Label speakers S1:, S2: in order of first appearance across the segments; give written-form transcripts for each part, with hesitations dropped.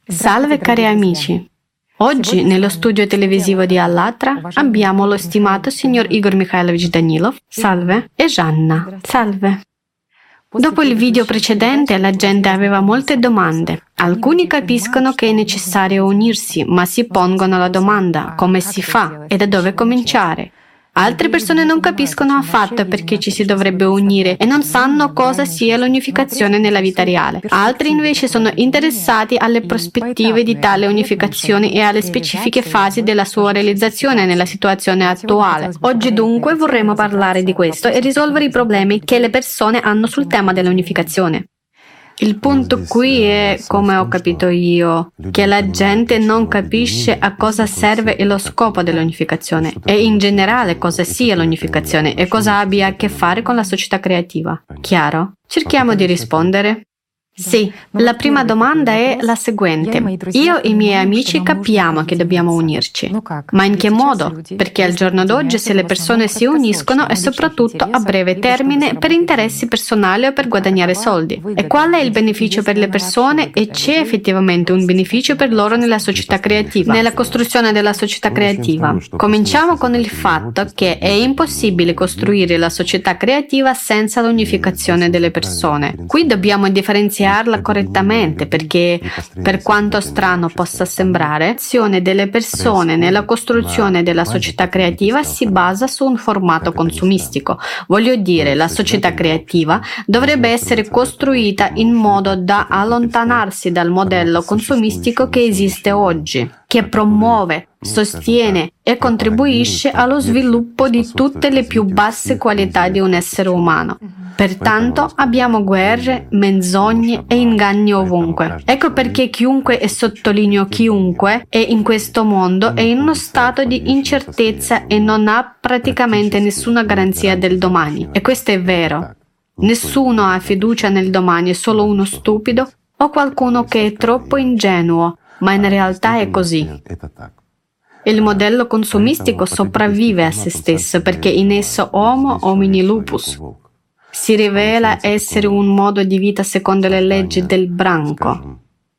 S1: Salve cari amici! Oggi nello studio televisivo di Allatra abbiamo lo stimato signor Igor Mikhailovich Danilov, salve, e Gianna, salve. Dopo il video precedente la gente aveva molte domande. Alcuni capiscono che è necessario unirsi, ma si pongono la domanda come si fa e da dove cominciare. Altre persone non capiscono affatto perché ci si dovrebbe unire e non sanno cosa sia l'unificazione nella vita reale. Altri invece sono interessati alle prospettive di tale unificazione e alle specifiche fasi della sua realizzazione nella situazione attuale. Oggi dunque vorremmo parlare di questo e risolvere i problemi che le persone hanno sul tema dell'unificazione. Il punto qui è, come ho capito io, che la gente non capisce a cosa serve lo scopo dell'unificazione e in generale cosa sia l'unificazione e cosa abbia a che fare con la società creativa. Chiaro? Cerchiamo di rispondere. Sì, la prima domanda è la seguente. Io e i miei amici capiamo che dobbiamo unirci, ma in che modo? Perché al giorno d'oggi se le persone si uniscono è soprattutto a breve termine per interessi personali o per guadagnare soldi. E qual è il beneficio per le persone e c'è effettivamente un beneficio per loro nella società creativa, nella costruzione della società creativa? Cominciamo con il fatto che è impossibile costruire la società creativa senza l'unificazione delle persone. Qui dobbiamo differenziare correttamente perché, per quanto strano possa sembrare, l'azione delle persone nella costruzione della società creativa si basa su un formato consumistico. Voglio dire, la società creativa dovrebbe essere costruita in modo da allontanarsi dal modello consumistico che esiste oggi, che promuove, sostiene e contribuisce allo sviluppo di tutte le più basse qualità di un essere umano. Pertanto abbiamo guerre, menzogne e inganni ovunque. Ecco perché chiunque, e sottolineo chiunque, è in questo mondo è in uno stato di incertezza e non ha praticamente nessuna garanzia del domani. E questo è vero. Nessuno ha fiducia nel domani, è solo uno stupido o qualcuno che è troppo ingenuo, ma in realtà è così. Il modello consumistico sopravvive a se stesso perché in esso homo homini lupus si rivela essere un modo di vita secondo le leggi del branco,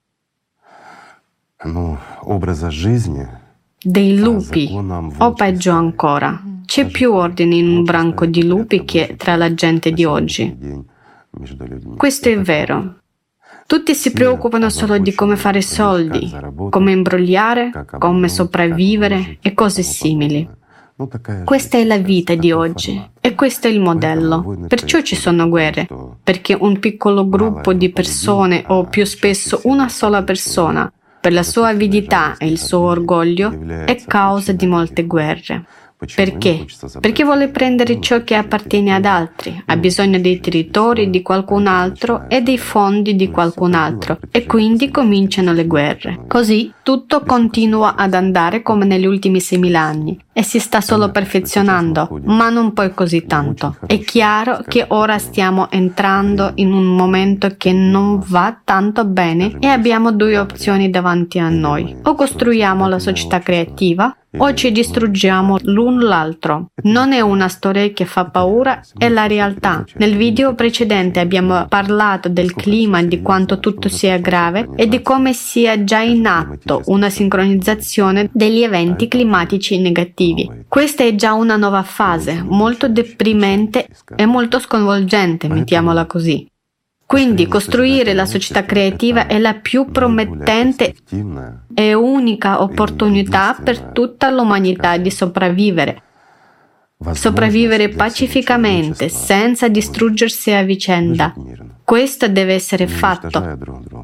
S1: dei lupi, o peggio ancora. C'è più ordine in un branco di lupi che tra la gente di oggi. Questo è vero. Tutti si preoccupano solo di come fare soldi, come imbrogliare, come sopravvivere e cose simili. Questa è la vita di oggi e questo è il modello. Perciò ci sono guerre, perché un piccolo gruppo di persone o più spesso una sola persona, per la sua avidità e il suo orgoglio, è causa di molte guerre. Perché? Perché vuole prendere ciò che appartiene ad altri, ha bisogno dei territori di qualcun altro e dei fondi di qualcun altro e quindi cominciano le guerre. Così tutto continua ad andare come negli ultimi 6.000 anni e si sta solo perfezionando, ma non poi così tanto. È chiaro che ora stiamo entrando in un momento che non va tanto bene e abbiamo due opzioni davanti a noi. O costruiamo la società creativa o ci distruggiamo l'un l'altro. Non è una storia che fa paura, è la realtà. Nel video precedente abbiamo parlato del clima, di quanto tutto sia grave e di come sia già in atto una sincronizzazione degli eventi climatici negativi. Questa è già una nuova fase, molto deprimente e molto sconvolgente, mettiamola così. Quindi costruire la società creativa è la più promettente e unica opportunità per tutta l'umanità di sopravvivere. Sopravvivere pacificamente, senza distruggersi a vicenda. Questo deve essere fatto.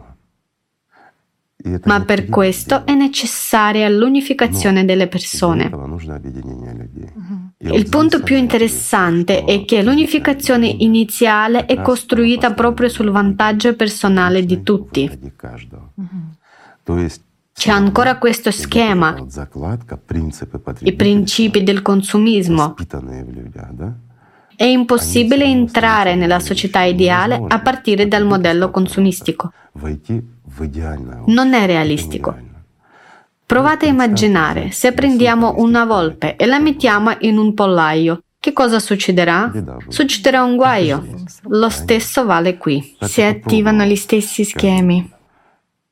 S1: Ma per questo è necessaria l'unificazione delle persone. Il punto più interessante è che l'unificazione iniziale è costruita proprio sul vantaggio personale di tutti. C'è ancora questo schema, i principi del consumismo. È impossibile entrare nella società ideale a partire dal modello consumistico. Non è realistico. Provate a immaginare, se prendiamo una volpe e la mettiamo in un pollaio, che cosa succederà? Succederà un guaio. Lo stesso vale qui. Si attivano gli stessi schemi.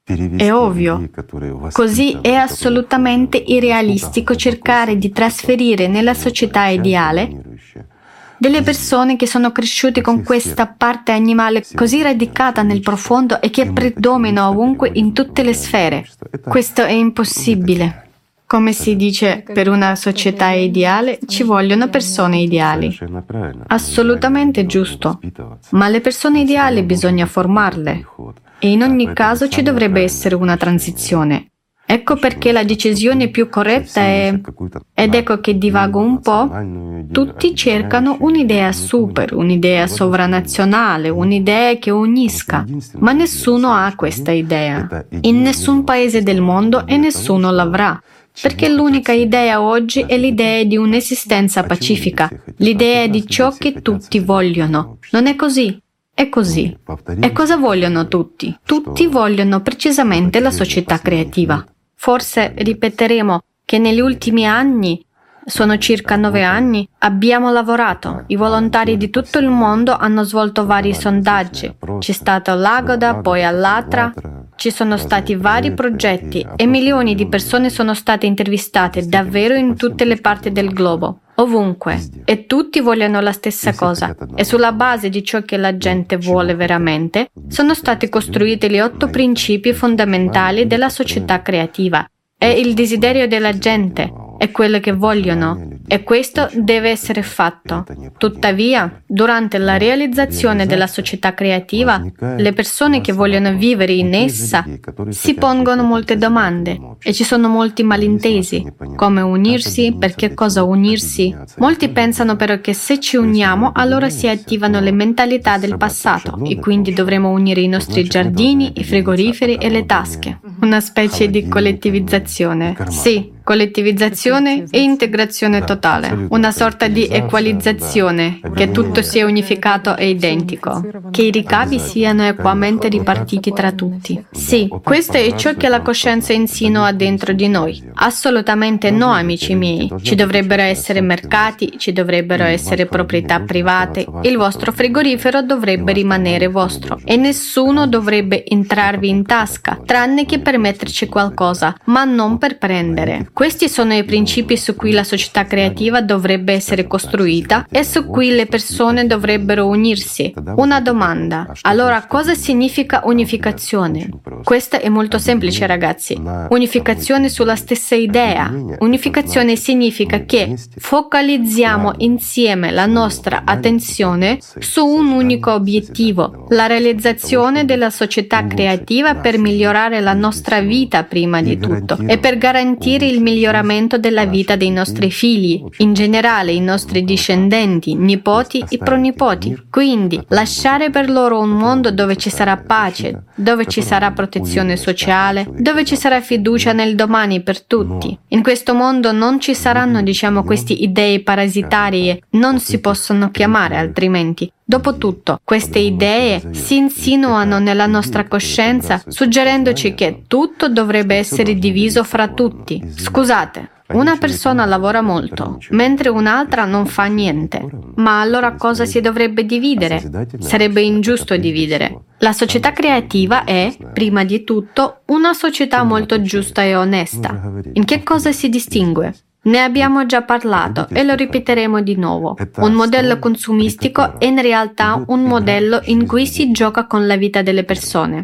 S1: È ovvio. Così è assolutamente irrealistico cercare di trasferire nella società ideale delle persone che sono cresciute con questa parte animale così radicata nel profondo e che predomina ovunque in tutte le sfere. Questo è impossibile. Come si dice, per una società ideale ci vogliono persone ideali. Assolutamente giusto. Ma le persone ideali bisogna formarle. E in ogni caso ci dovrebbe essere una transizione. Ecco perché la decisione più corretta è, ed ecco che divago un po', tutti cercano un'idea super, un'idea sovranazionale, un'idea che unisca, ma nessuno ha questa idea, in nessun paese del mondo e nessuno l'avrà. Perché l'unica idea oggi è l'idea di un'esistenza pacifica, l'idea di ciò che tutti vogliono. Non è così? È così. E cosa vogliono tutti? Tutti vogliono precisamente la società creativa. Forse ripeteremo che negli ultimi anni, sono circa 9 anni, abbiamo lavorato. I volontari di tutto il mondo hanno svolto vari sondaggi. C'è stato l'Agoda, poi Allatra, ci sono stati vari progetti e milioni di persone sono state intervistate davvero in tutte le parti del globo, ovunque, e tutti vogliono la stessa cosa. E sulla base di ciò che la gente vuole veramente, sono stati costruiti gli 8 principi fondamentali della società creativa. È il desiderio della gente, è quello che vogliono, e questo deve essere fatto. Tuttavia, durante la realizzazione della società creativa, le persone che vogliono vivere in essa si pongono molte domande e ci sono molti malintesi. Come unirsi? Perché cosa unirsi? Molti pensano però che se ci uniamo, allora si attivano le mentalità del passato e quindi dovremo unire i nostri giardini, i frigoriferi e le tasche. Una specie di collettivizzazione. Sì, collettivizzazione e integrazione totale, una sorta di equalizzazione, che tutto sia unificato e identico, che i ricavi siano equamente ripartiti tra tutti. Sì, questo è ciò che la coscienza insinua dentro di noi. Assolutamente no, amici miei. Ci dovrebbero essere mercati, ci dovrebbero essere proprietà private, il vostro frigorifero dovrebbe rimanere vostro e nessuno dovrebbe entrarvi in tasca, tranne che per metterci qualcosa, ma non per prendere. Questi sono i principi su cui la società creativa dovrebbe essere costruita e su cui le persone dovrebbero unirsi. Una domanda. Allora, cosa significa unificazione? Questo è molto semplice, ragazzi. Unificazione sulla stessa idea. Unificazione significa che focalizziamo insieme la nostra attenzione su un unico obiettivo, la realizzazione della società creativa per migliorare la nostra vita prima di tutto e per garantire il miglioramento della vita dei nostri figli, in generale i nostri discendenti, nipoti e pronipoti. Quindi, lasciare per loro un mondo dove ci sarà pace, dove ci sarà protezione sociale, dove ci sarà fiducia nel domani per tutti. In questo mondo non ci saranno, queste idee parasitarie, non si possono chiamare altrimenti. Dopotutto, queste idee si insinuano nella nostra coscienza, suggerendoci che tutto dovrebbe essere diviso fra tutti. Scusate, una persona lavora molto, mentre un'altra non fa niente. Ma allora cosa si dovrebbe dividere? Sarebbe ingiusto dividere. La società creativa è, prima di tutto, una società molto giusta e onesta. In che cosa si distingue? Ne abbiamo già parlato e lo ripeteremo di nuovo. Un modello consumistico è in realtà un modello in cui si gioca con la vita delle persone.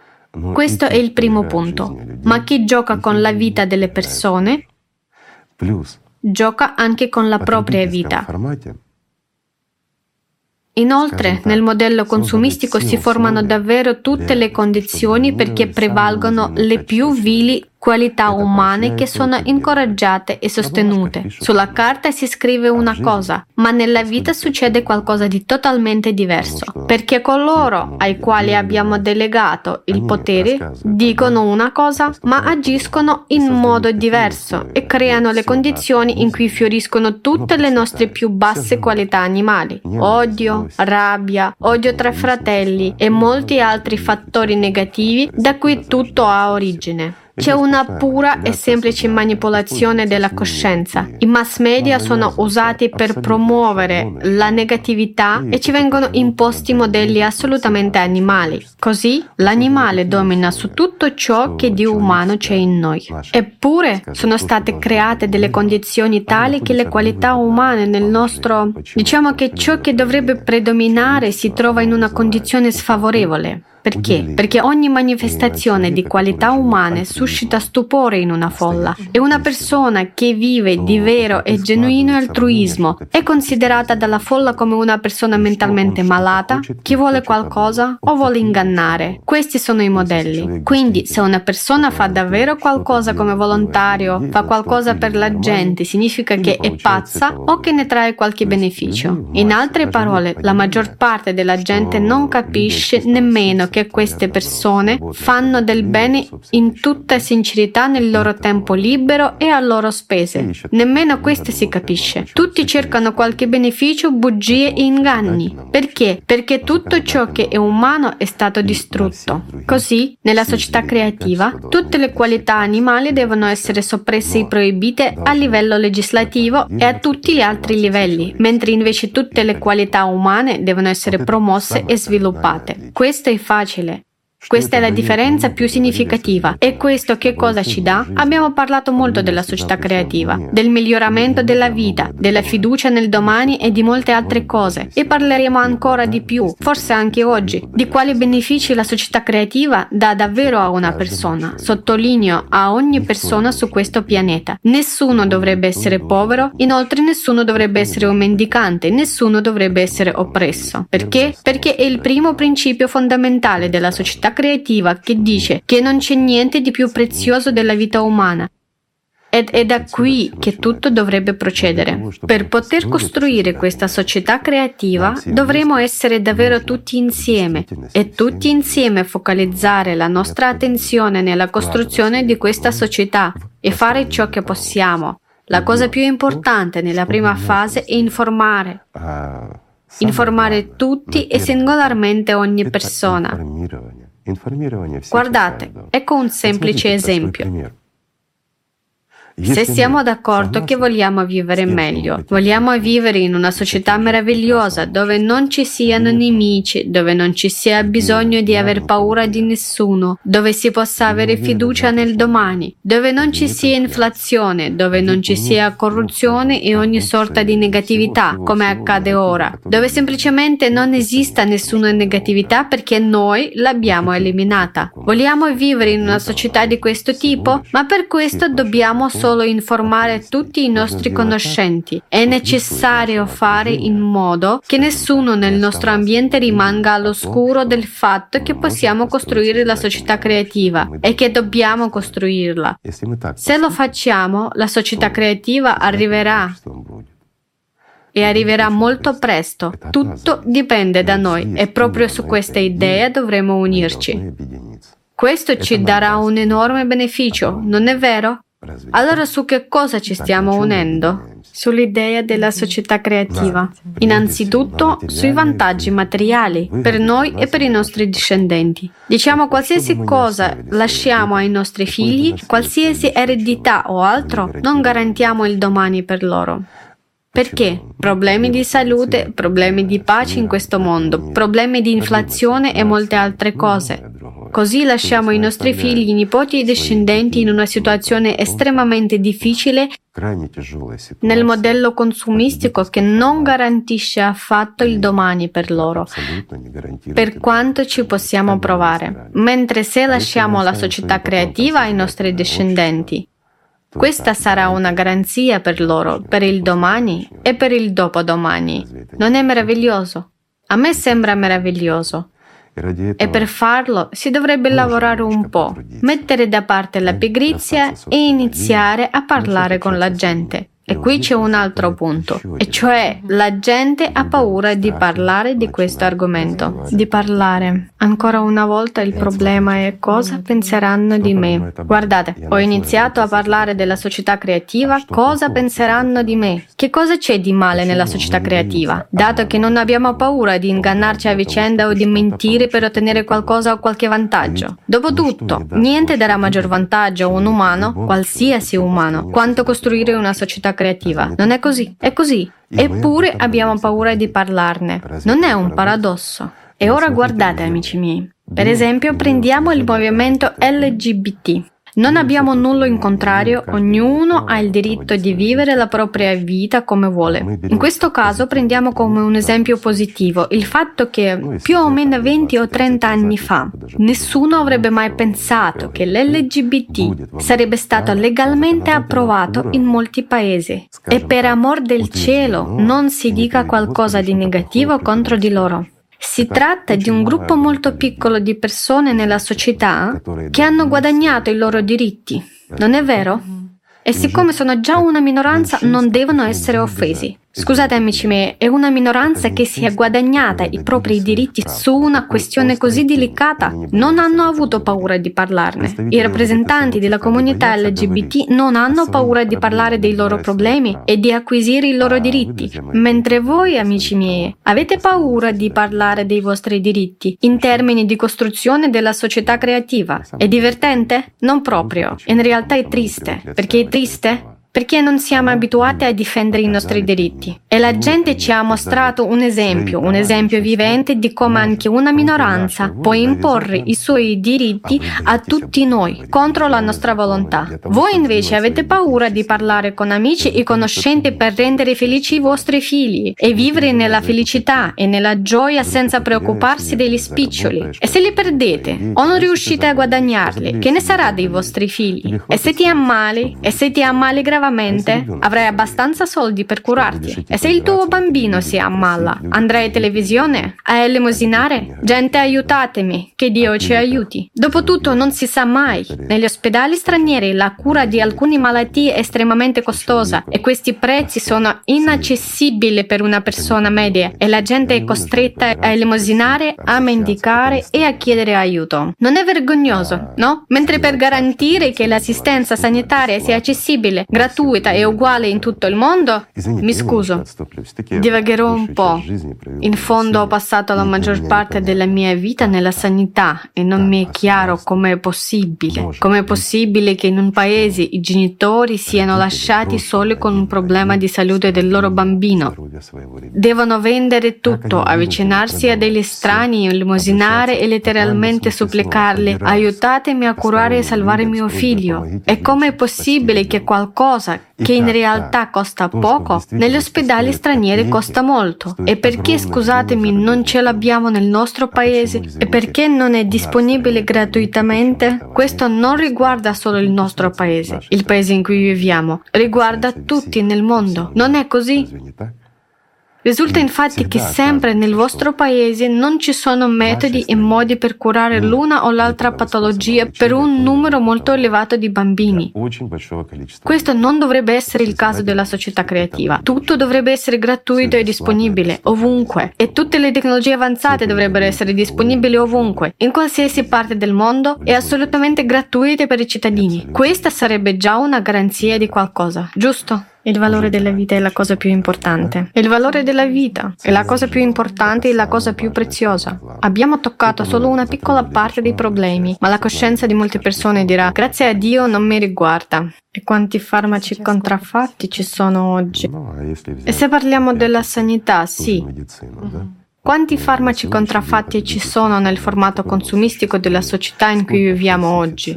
S1: Questo è il primo punto. Ma chi gioca con la vita delle persone gioca anche con la propria vita. Inoltre, nel modello consumistico si formano davvero tutte le condizioni perché prevalgono le più vili qualità umane che sono incoraggiate e sostenute. Sulla carta si scrive una cosa, ma nella vita succede qualcosa di totalmente diverso, perché coloro ai quali abbiamo delegato il potere dicono una cosa, ma agiscono in modo diverso e creano le condizioni in cui fioriscono tutte le nostre più basse qualità animali: odio, rabbia, odio tra fratelli e molti altri fattori negativi da cui tutto ha origine. C'è una pura e semplice manipolazione della coscienza. I mass media sono usati per promuovere la negatività e ci vengono imposti modelli assolutamente animali. Così l'animale domina su tutto ciò che di umano c'è in noi. Eppure sono state create delle condizioni tali che le qualità umane nel nostro... Diciamo che ciò che dovrebbe predominare si trova in una condizione sfavorevole. Perché? Perché ogni manifestazione di qualità umane suscita stupore in una folla e una persona che vive di vero e genuino altruismo è considerata dalla folla come una persona mentalmente malata che vuole qualcosa o vuole ingannare. Questi sono i modelli. Quindi se una persona fa davvero qualcosa come volontario, fa qualcosa per la gente, significa che è pazza o che ne trae qualche beneficio. In altre parole, la maggior parte della gente non capisce nemmeno che queste persone fanno del bene in tutta sincerità nel loro tempo libero e a loro spese. Nemmeno questo si capisce. Tutti cercano qualche beneficio, bugie e inganni. Perché? Perché tutto ciò che è umano è stato distrutto. Così, nella società creativa, tutte le qualità animali devono essere soppresse e proibite a livello legislativo e a tutti gli altri livelli, mentre invece tutte le qualità umane devono essere promosse e sviluppate. Questo è facile. Questa è la differenza più significativa. E questo che cosa ci dà? Abbiamo parlato molto della società creativa, del miglioramento della vita, della fiducia nel domani e di molte altre cose. E parleremo ancora di più, forse anche oggi, di quali benefici la società creativa dà davvero a una persona. Sottolineo a ogni persona su questo pianeta. Nessuno dovrebbe essere povero, inoltre nessuno dovrebbe essere un mendicante, nessuno dovrebbe essere oppresso. Perché? Perché è il primo principio fondamentale della società creativa che dice che non c'è niente di più prezioso della vita umana. Ed è da qui che tutto dovrebbe procedere. Per poter costruire questa società creativa dovremo essere davvero tutti insieme e tutti insieme focalizzare la nostra attenzione nella costruzione di questa società e fare ciò che possiamo. La cosa più importante nella prima fase è informare. Informare tutti e singolarmente ogni persona. Guardate, ecco un semplice esempio. Se siamo d'accordo che vogliamo vivere meglio, vogliamo vivere in una società meravigliosa dove non ci siano nemici, dove non ci sia bisogno di aver paura di nessuno, dove si possa avere fiducia nel domani, dove non ci sia inflazione, dove non ci sia corruzione e ogni sorta di negatività, come accade ora, dove semplicemente non esista nessuna negatività perché noi l'abbiamo eliminata. Vogliamo vivere in una società di questo tipo? Ma per questo dobbiamo solo informare tutti i nostri conoscenti. È necessario fare in modo che nessuno nel nostro ambiente rimanga all'oscuro del fatto che possiamo costruire la società creativa e che dobbiamo costruirla. Se lo facciamo, la società creativa arriverà. E arriverà molto presto. Tutto dipende da noi e proprio su questa idea dovremo unirci. Questo ci darà un enorme beneficio, non è vero? Allora su che cosa ci stiamo unendo? Sull'idea della società creativa. Innanzitutto sui vantaggi materiali per noi e per i nostri discendenti. Diciamo qualsiasi cosa lasciamo ai nostri figli, qualsiasi eredità o altro, non garantiamo il domani per loro. Perché? Problemi di salute, problemi di pace in questo mondo, problemi di inflazione e molte altre cose. Così lasciamo i nostri figli, nipoti e discendenti in una situazione estremamente difficile nel modello consumistico che non garantisce affatto il domani per loro, per quanto ci possiamo provare. Mentre se lasciamo la società creativa ai nostri discendenti, questa sarà una garanzia per loro, per il domani e per il dopodomani. Non è meraviglioso? A me sembra meraviglioso. E per farlo si dovrebbe lavorare un po', mettere da parte la pigrizia e iniziare a parlare con la gente. E qui c'è un altro punto, e cioè la gente ha paura di parlare di questo argomento. Di parlare. Ancora una volta il problema è cosa penseranno di me. Guardate, ho iniziato a parlare della società creativa, cosa penseranno di me? Che cosa c'è di male nella società creativa? Dato che non abbiamo paura di ingannarci a vicenda o di mentire per ottenere qualcosa o qualche vantaggio. Dopotutto, niente darà maggior vantaggio a un umano, qualsiasi umano, quanto costruire una società creativa. Non è così? È così. Eppure abbiamo paura di parlarne. Non è un paradosso? E ora guardate, amici miei. Per esempio, prendiamo il movimento LGBT. Non abbiamo nulla in contrario, ognuno ha il diritto di vivere la propria vita come vuole. In questo caso prendiamo come un esempio positivo il fatto che più o meno 20 o 30 anni fa nessuno avrebbe mai pensato che l'LGBT sarebbe stato legalmente approvato in molti paesi. E per amor del cielo non si dica qualcosa di negativo contro di loro. Si tratta di un gruppo molto piccolo di persone nella società che hanno guadagnato i loro diritti, non è vero? E siccome sono già una minoranza, non devono essere offesi. Scusate amici miei, è una minoranza che si è guadagnata i propri diritti su una questione così delicata. Non hanno avuto paura di parlarne. I rappresentanti della comunità LGBT non hanno paura di parlare dei loro problemi e di acquisire i loro diritti. Mentre voi, amici miei, avete paura di parlare dei vostri diritti in termini di costruzione della società creativa. È divertente? Non proprio. In realtà è triste. Perché è triste? Perché non siamo abituati a difendere i nostri diritti. E la gente ci ha mostrato un esempio vivente di come anche una minoranza può imporre i suoi diritti a tutti noi, contro la nostra volontà. Voi invece avete paura di parlare con amici e conoscenti per rendere felici i vostri figli e vivere nella felicità e nella gioia senza preoccuparsi degli spiccioli. E se li perdete o non riuscite a guadagnarli, che ne sarà dei vostri figli? E se ti ammali gravemente, avrai abbastanza soldi per curarti. E se il tuo bambino si ammala, andrai in televisione a elemosinare? Gente, aiutatemi, che Dio ci aiuti. Dopotutto non si sa mai. Negli ospedali stranieri la cura di alcune malattie è estremamente costosa e questi prezzi sono inaccessibili per una persona media e la gente è costretta a elemosinare, a mendicare e a chiedere aiuto. Non è vergognoso, no? Mentre per garantire che l'assistenza sanitaria sia accessibile, gratuita e uguale in tutto il mondo, mi scuso, divagherò un po'. In fondo ho passato la maggior parte della mia vita nella sanità e non mi è chiaro com'è possibile che in un paese i genitori siano lasciati soli con un problema di salute del loro bambino. Devono vendere tutto, avvicinarsi a degli estranei, elemosinare e letteralmente supplicarli: aiutatemi a curare e salvare mio figlio. E com'è possibile che qualcosa che in realtà costa poco, negli ospedali stranieri costa molto? E perché, scusatemi, non ce l'abbiamo nel nostro paese? E perché non è disponibile gratuitamente? Questo non riguarda solo il nostro paese, il paese in cui viviamo, riguarda tutti nel mondo. Non è così? Risulta infatti che sempre nel vostro paese non ci sono metodi e modi per curare l'una o l'altra patologia per un numero molto elevato di bambini. Questo non dovrebbe essere il caso della società creativa. Tutto dovrebbe essere gratuito e disponibile ovunque e tutte le tecnologie avanzate dovrebbero essere disponibili ovunque, in qualsiasi parte del mondo e assolutamente gratuite per i cittadini. Questa sarebbe già una garanzia di qualcosa, giusto? Il valore della vita è la cosa più importante. Il valore della vita è la cosa più importante e la cosa più preziosa. Abbiamo toccato solo una piccola parte dei problemi, ma la coscienza di molte persone dirà: grazie a Dio non mi riguarda. E quanti farmaci contraffatti ci sono oggi? E se parliamo della sanità, sì. Quanti farmaci contraffatti ci sono nel formato consumistico della società in cui viviamo oggi?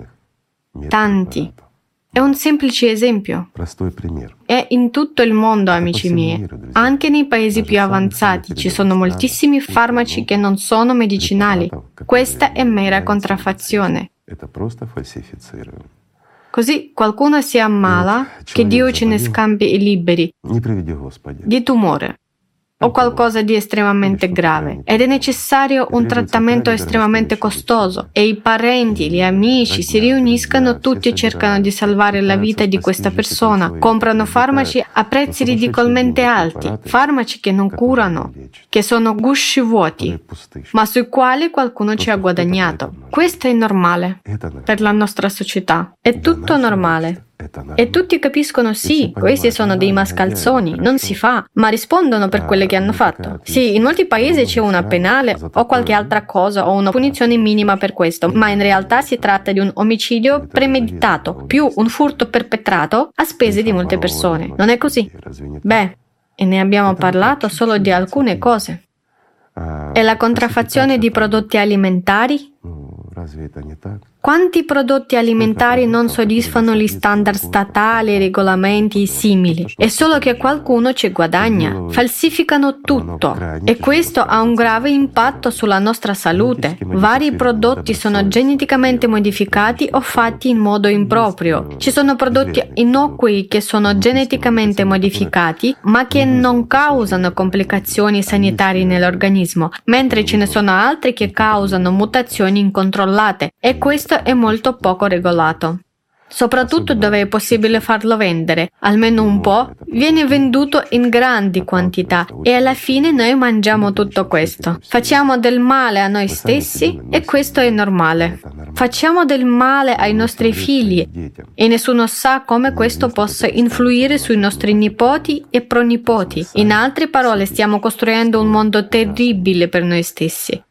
S1: Tanti. È un semplice esempio. E in tutto il mondo, amici miei, anche nei paesi più avanzati, ci sono moltissimi farmaci che non sono medicinali. Questa è mera contraffazione. Così qualcuno si ammala, che Dio ce ne scampi e liberi, di tumore. o qualcosa di estremamente grave ed è necessario un trattamento estremamente costoso e i parenti, gli amici si riuniscono tutti e cercano di salvare la vita di questa persona, comprano farmaci a prezzi ridicolmente alti, farmaci che non curano, che sono gusci vuoti, ma sui quali qualcuno ci ha guadagnato. Questo è normale per la nostra società, è tutto normale. E tutti capiscono sì, questi sono dei mascalzoni, non si fa, ma rispondono per quelle che hanno fatto. Sì, in molti paesi c'è una penale o qualche altra cosa o una punizione minima per questo, ma in realtà si tratta di un omicidio premeditato, più un furto perpetrato a spese di molte persone. Non è così? Beh, e ne abbiamo parlato solo di alcune cose. E la contraffazione di prodotti alimentari? Quanti prodotti alimentari non soddisfano gli standard statali e regolamenti simili? È solo che qualcuno ci guadagna. Falsificano tutto. E questo ha un grave impatto sulla nostra salute. Vari prodotti sono geneticamente modificati o fatti in modo improprio. Ci sono prodotti innocui che sono geneticamente modificati, ma che non causano complicazioni sanitarie nell'organismo, mentre ce ne sono altri che causano mutazioni incontrollate. E questo è molto poco regolato. Soprattutto dove è possibile farlo vendere, almeno un po', viene venduto in grandi quantità e alla fine noi mangiamo tutto questo. Facciamo del male a noi stessi e questo è normale. Facciamo del male ai nostri figli e nessuno sa come questo possa influire sui nostri nipoti e pronipoti. In altre parole, stiamo costruendo un mondo terribile per noi stessi.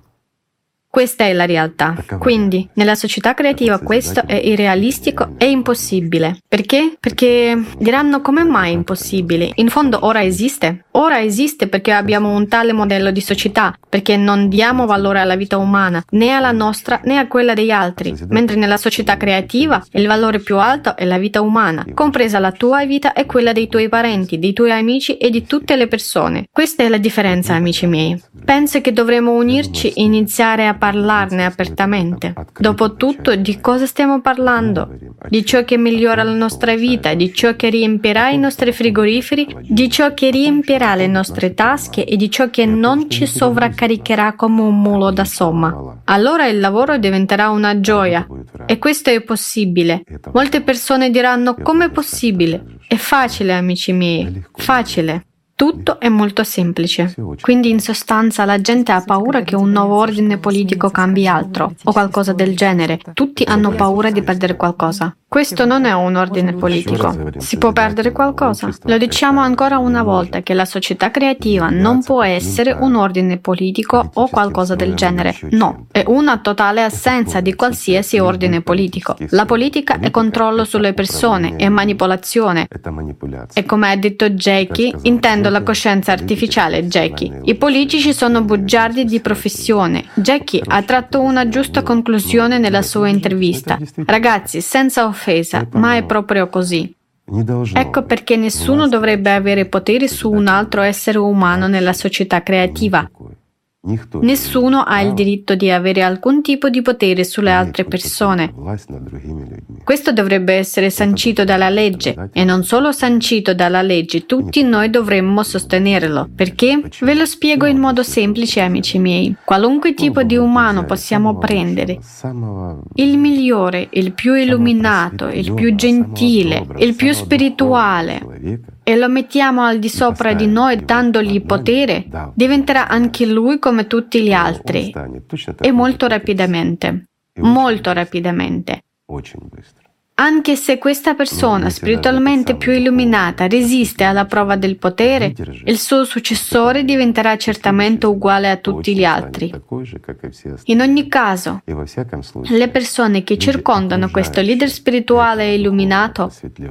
S1: Questa è la realtà. Quindi, nella società creativa questo è irrealistico e impossibile. Perché? Perché diranno come mai impossibile? In fondo ora esiste. Ora esiste perché abbiamo un tale modello di società, perché non diamo valore alla vita umana, né alla nostra né a quella degli altri. Mentre nella società creativa il valore più alto è la vita umana, compresa la tua vita e quella dei tuoi parenti, dei tuoi amici e di tutte le persone. Questa è la differenza, amici miei. Penso che dovremmo unirci e iniziare a parlarne apertamente. Dopotutto, di cosa stiamo parlando? Di ciò che migliora la nostra vita, di ciò che riempirà i nostri frigoriferi, di ciò che riempirà le nostre tasche e di ciò che non ci sovraccaricherà come un mulo da somma. Allora il lavoro diventerà una gioia. E questo è possibile. Molte persone diranno: come è possibile? È facile, amici miei, facile. Tutto è molto semplice. Quindi in sostanza la gente ha paura che un nuovo ordine politico cambi altro o qualcosa del genere. Tutti hanno paura di perdere qualcosa. Questo non è un ordine politico. Si può perdere qualcosa. Lo diciamo ancora una volta che la società creativa non può essere un ordine politico o qualcosa del genere. No, è una totale assenza di qualsiasi ordine politico. La politica è controllo sulle persone, è manipolazione. E come ha detto Jackie, intendo la coscienza artificiale, Jackie. I politici sono bugiardi di professione. Jackie ha tratto una giusta conclusione nella sua intervista. Ragazzi, senza offesa, ma è proprio così. Ecco perché nessuno dovrebbe avere potere su un altro essere umano nella società creativa. Nessuno ha il diritto di avere alcun tipo di potere sulle altre persone. Questo dovrebbe essere sancito dalla legge, e non solo sancito dalla legge, tutti noi dovremmo sostenerlo. Perché? Ve lo spiego in modo semplice, amici miei. Qualunque tipo di umano possiamo prendere, il migliore, il più illuminato, il più gentile, il più spirituale, e lo mettiamo al di sopra di noi dandogli potere, diventerà anche lui come tutti gli altri, e molto rapidamente, molto rapidamente. Anche se questa persona spiritualmente più illuminata resiste alla prova del potere, il suo successore diventerà certamente uguale a tutti gli altri. In ogni caso, le persone che circondano questo leader spirituale e illuminato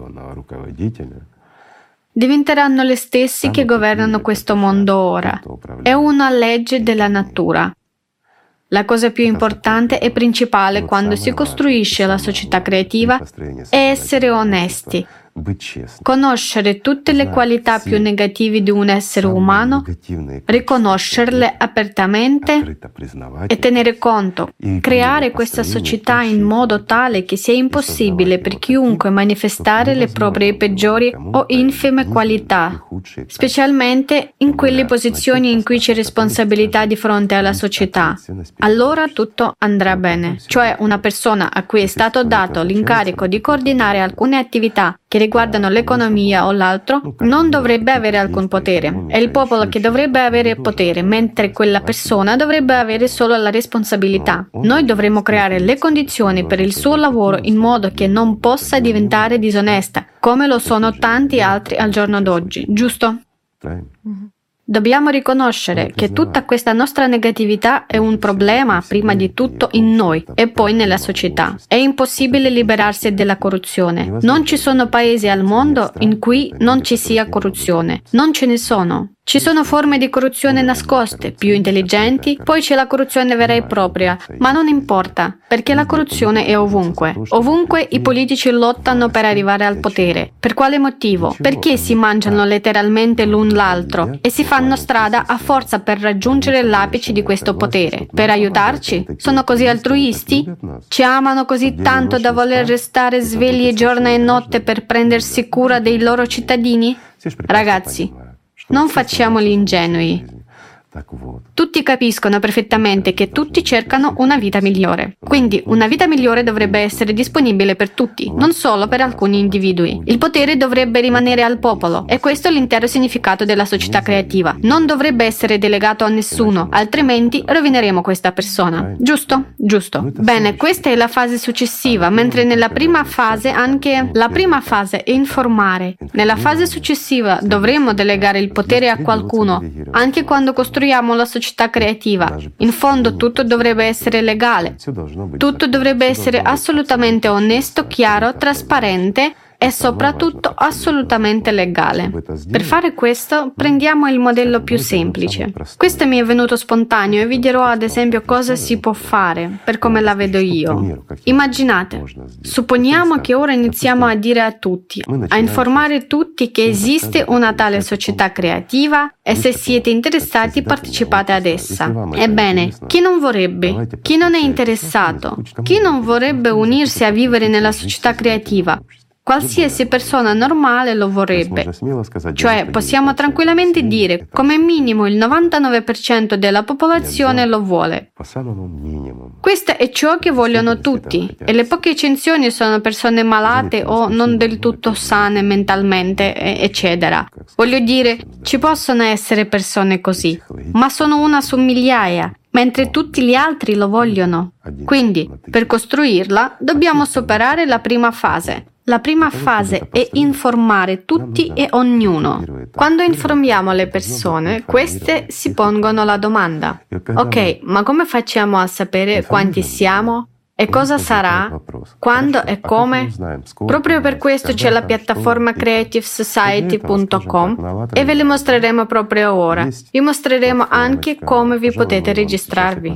S1: diventeranno le stesse che governano questo mondo ora. È una legge della natura. La cosa più importante e principale quando si costruisce la società creativa è essere onesti, Conoscere tutte le qualità più negative di un essere umano, riconoscerle apertamente e tenere conto. Creare questa società in modo tale che sia impossibile per chiunque manifestare le proprie peggiori o infime qualità, specialmente in quelle posizioni in cui c'è responsabilità di fronte alla società. Allora tutto andrà bene. Cioè una persona a cui è stato dato l'incarico di coordinare alcune attività che riguardano l'economia o l'altro, non dovrebbe avere alcun potere. È il popolo che dovrebbe avere potere, mentre quella persona dovrebbe avere solo la responsabilità. Noi dovremmo creare le condizioni per il suo lavoro in modo che non possa diventare disonesta, come lo sono tanti altri al giorno d'oggi, giusto? Dobbiamo riconoscere che tutta questa nostra negatività è un problema prima di tutto in noi e poi nella società. È impossibile liberarsi della corruzione. Non ci sono paesi al mondo in cui non ci sia corruzione. Non ce ne sono. Ci sono forme di corruzione nascoste, più intelligenti, poi c'è la corruzione vera e propria, ma non importa, perché la corruzione è ovunque. Ovunque i politici lottano per arrivare al potere. Per quale motivo? Perché si mangiano letteralmente l'un l'altro e si fanno strada a forza per raggiungere l'apice di questo potere. Per aiutarci? Sono così altruisti? Ci amano così tanto da voler restare svegli giorno e notte per prendersi cura dei loro cittadini? Ragazzi, non facciamoli ingenui. Tutti capiscono perfettamente che tutti cercano una vita migliore. Quindi una vita migliore dovrebbe essere disponibile per tutti, non solo per alcuni individui. Il potere dovrebbe rimanere al popolo e questo è l'intero significato della società creativa. Non dovrebbe essere delegato a nessuno, altrimenti rovineremo questa persona. Giusto? Giusto. Bene, questa è la fase successiva, mentre nella prima fase anche la prima fase è informare. Nella fase successiva dovremmo delegare il potere a qualcuno, anche quando costruiamo la società creativa. In fondo tutto dovrebbe essere legale. Tutto dovrebbe essere assolutamente onesto, chiaro, trasparente e soprattutto assolutamente legale. Per fare questo, prendiamo il modello più semplice. Questo mi è venuto spontaneo e vi dirò ad esempio cosa si può fare, per come la vedo io. Immaginate, supponiamo che ora iniziamo a dire a tutti, a informare tutti che esiste una tale società creativa e se siete interessati partecipate ad essa. Ebbene, chi non vorrebbe? Chi non è interessato? Chi non vorrebbe unirsi a vivere nella società creativa? Qualsiasi persona normale lo vorrebbe. Cioè, possiamo tranquillamente dire, come minimo il 99% della popolazione lo vuole. Questo è ciò che vogliono tutti, e le poche eccezioni sono persone malate o non del tutto sane mentalmente, eccetera. Voglio dire, ci possono essere persone così, ma sono una su migliaia, mentre tutti gli altri lo vogliono. Quindi, per costruirla, dobbiamo superare la prima fase. La prima fase è informare tutti e ognuno. Quando informiamo le persone, queste si pongono la domanda: ok, ma come facciamo a sapere quanti siamo? E cosa sarà? Quando e come? Proprio per questo c'è la piattaforma creativesociety.com e ve le mostreremo proprio ora. Vi mostreremo anche come vi potete registrarvi.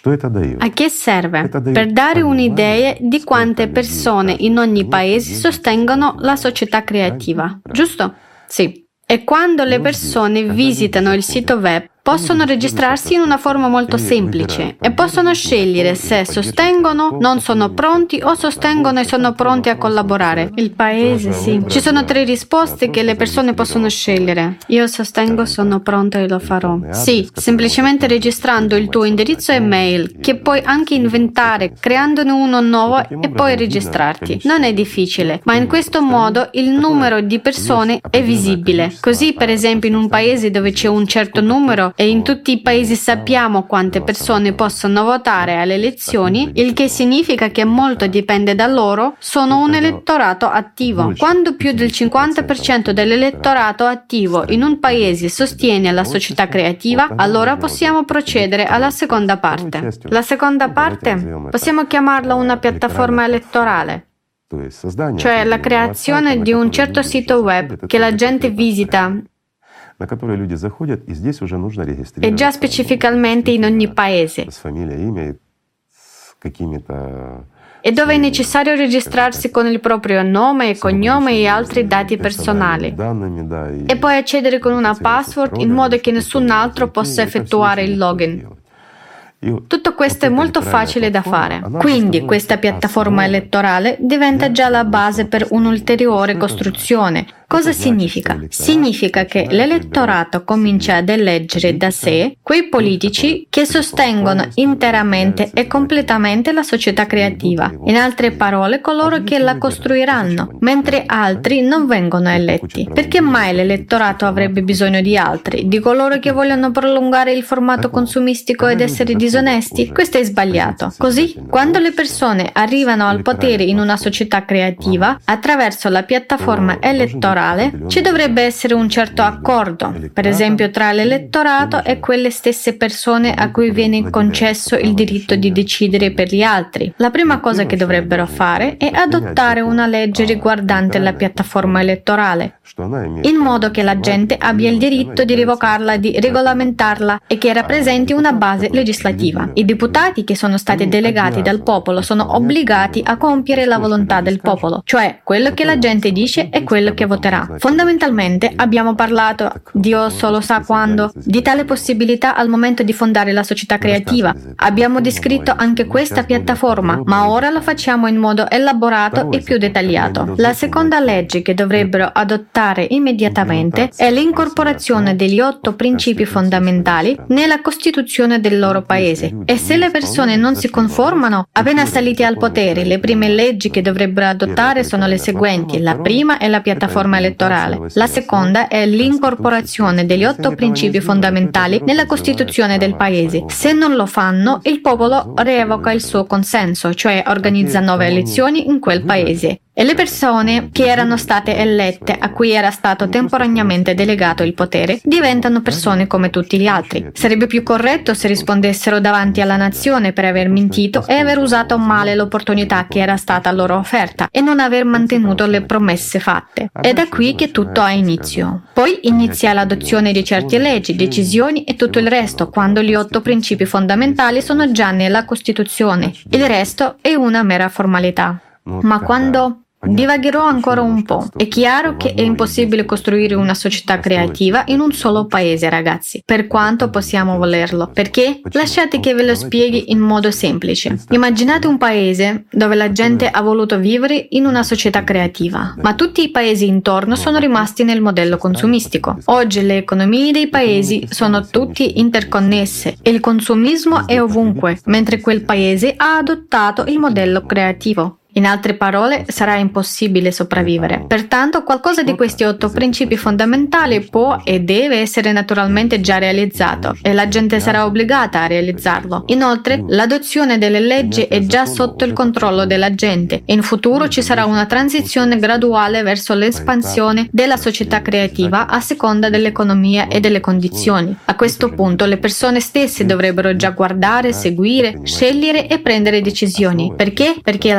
S1: A che serve? Per dare un'idea di quante persone in ogni paese sostengono la società creativa, giusto? Sì. E quando le persone visitano il sito web, possono registrarsi in una forma molto semplice e possono scegliere se sostengono, non sono pronti o sostengono e sono pronti a collaborare. Il paese, sì. Ci sono 3 risposte che le persone possono scegliere. Io sostengo, sono pronto e lo farò. Sì, semplicemente registrando il tuo indirizzo email, che puoi anche inventare, creandone uno nuovo e poi registrarti. Non è difficile, ma in questo modo il numero di persone è visibile. Così, per esempio, in un paese dove c'è un certo numero, e in tutti i paesi sappiamo quante persone possono votare alle elezioni, il che significa che molto dipende da loro, sono un elettorato attivo. Quando più del 50% dell'elettorato attivo in un paese sostiene la società creativa, allora possiamo procedere alla seconda parte. La seconda parte possiamo chiamarla una piattaforma elettorale, cioè la creazione di un certo sito web che la gente visita e già specificamente in ogni paese, e dove è necessario registrarsi con il proprio nome e cognome e altri dati personali, e poi accedere con una password in modo che nessun altro possa effettuare il login. Tutto questo è molto facile da fare. Quindi questa piattaforma elettorale diventa già la base per un'ulteriore costruzione. Cosa significa? Significa che l'elettorato comincia ad eleggere da sé quei politici che sostengono interamente e completamente la società creativa. In altre parole, coloro che la costruiranno, mentre altri non vengono eletti. Perché mai l'elettorato avrebbe bisogno di altri, di coloro che vogliono prolungare il formato consumistico ed essere disonesti? Questo è sbagliato. Così, quando le persone arrivano al potere in una società creativa, attraverso la piattaforma elettorale, ci dovrebbe essere un certo accordo, per esempio tra l'elettorato e quelle stesse persone a cui viene concesso il diritto di decidere per gli altri. La prima cosa che dovrebbero fare è adottare una legge riguardante la piattaforma elettorale, in modo che la gente abbia il diritto di revocarla, di regolamentarla e che rappresenti una base legislativa. I deputati che sono stati delegati dal popolo sono obbligati a compiere la volontà del popolo, cioè quello che la gente dice è quello che voterà. Fondamentalmente abbiamo parlato, Dio solo sa quando, di tale possibilità al momento di fondare la società creativa. Abbiamo descritto anche questa piattaforma, ma ora lo facciamo in modo elaborato e più dettagliato. La seconda legge che dovrebbero adottare immediatamente è l'incorporazione degli 8 principi fondamentali nella Costituzione del loro paese. E se le persone non si conformano, appena saliti al potere, le prime leggi che dovrebbero adottare sono le seguenti. La prima è la piattaforma elettorale. La seconda è l'incorporazione degli 8 principi fondamentali nella Costituzione del paese. Se non lo fanno, il popolo revoca il suo consenso, cioè organizza nuove elezioni in quel paese. E le persone che erano state elette, a cui era stato temporaneamente delegato il potere, diventano persone come tutti gli altri. Sarebbe più corretto se rispondessero davanti alla nazione per aver mentito e aver usato male l'opportunità che era stata loro offerta e non aver mantenuto le promesse fatte. È da qui che tutto ha inizio. Poi inizia l'adozione di certe leggi, decisioni e tutto il resto, quando gli 8 principi fondamentali sono già nella Costituzione. Il resto è una mera formalità. Ma quando divagherò ancora un po'. È chiaro che è impossibile costruire una società creativa in un solo paese, ragazzi, per quanto possiamo volerlo. Perché? Lasciate che ve lo spieghi in modo semplice. Immaginate un paese dove la gente ha voluto vivere in una società creativa, ma tutti i paesi intorno sono rimasti nel modello consumistico. Oggi le economie dei paesi sono tutti interconnesse e il consumismo è ovunque, mentre quel paese ha adottato il modello creativo. In altre parole, sarà impossibile sopravvivere. Pertanto, qualcosa di questi 8 principi fondamentali può e deve essere naturalmente già realizzato e la gente sarà obbligata a realizzarlo. Inoltre, l'adozione delle leggi è già sotto il controllo della gente e in futuro ci sarà una transizione graduale verso l'espansione della società creativa a seconda dell'economia e delle condizioni. A questo punto, le persone stesse dovrebbero già guardare, seguire, scegliere e prendere decisioni. Perché? Perché la piattaforma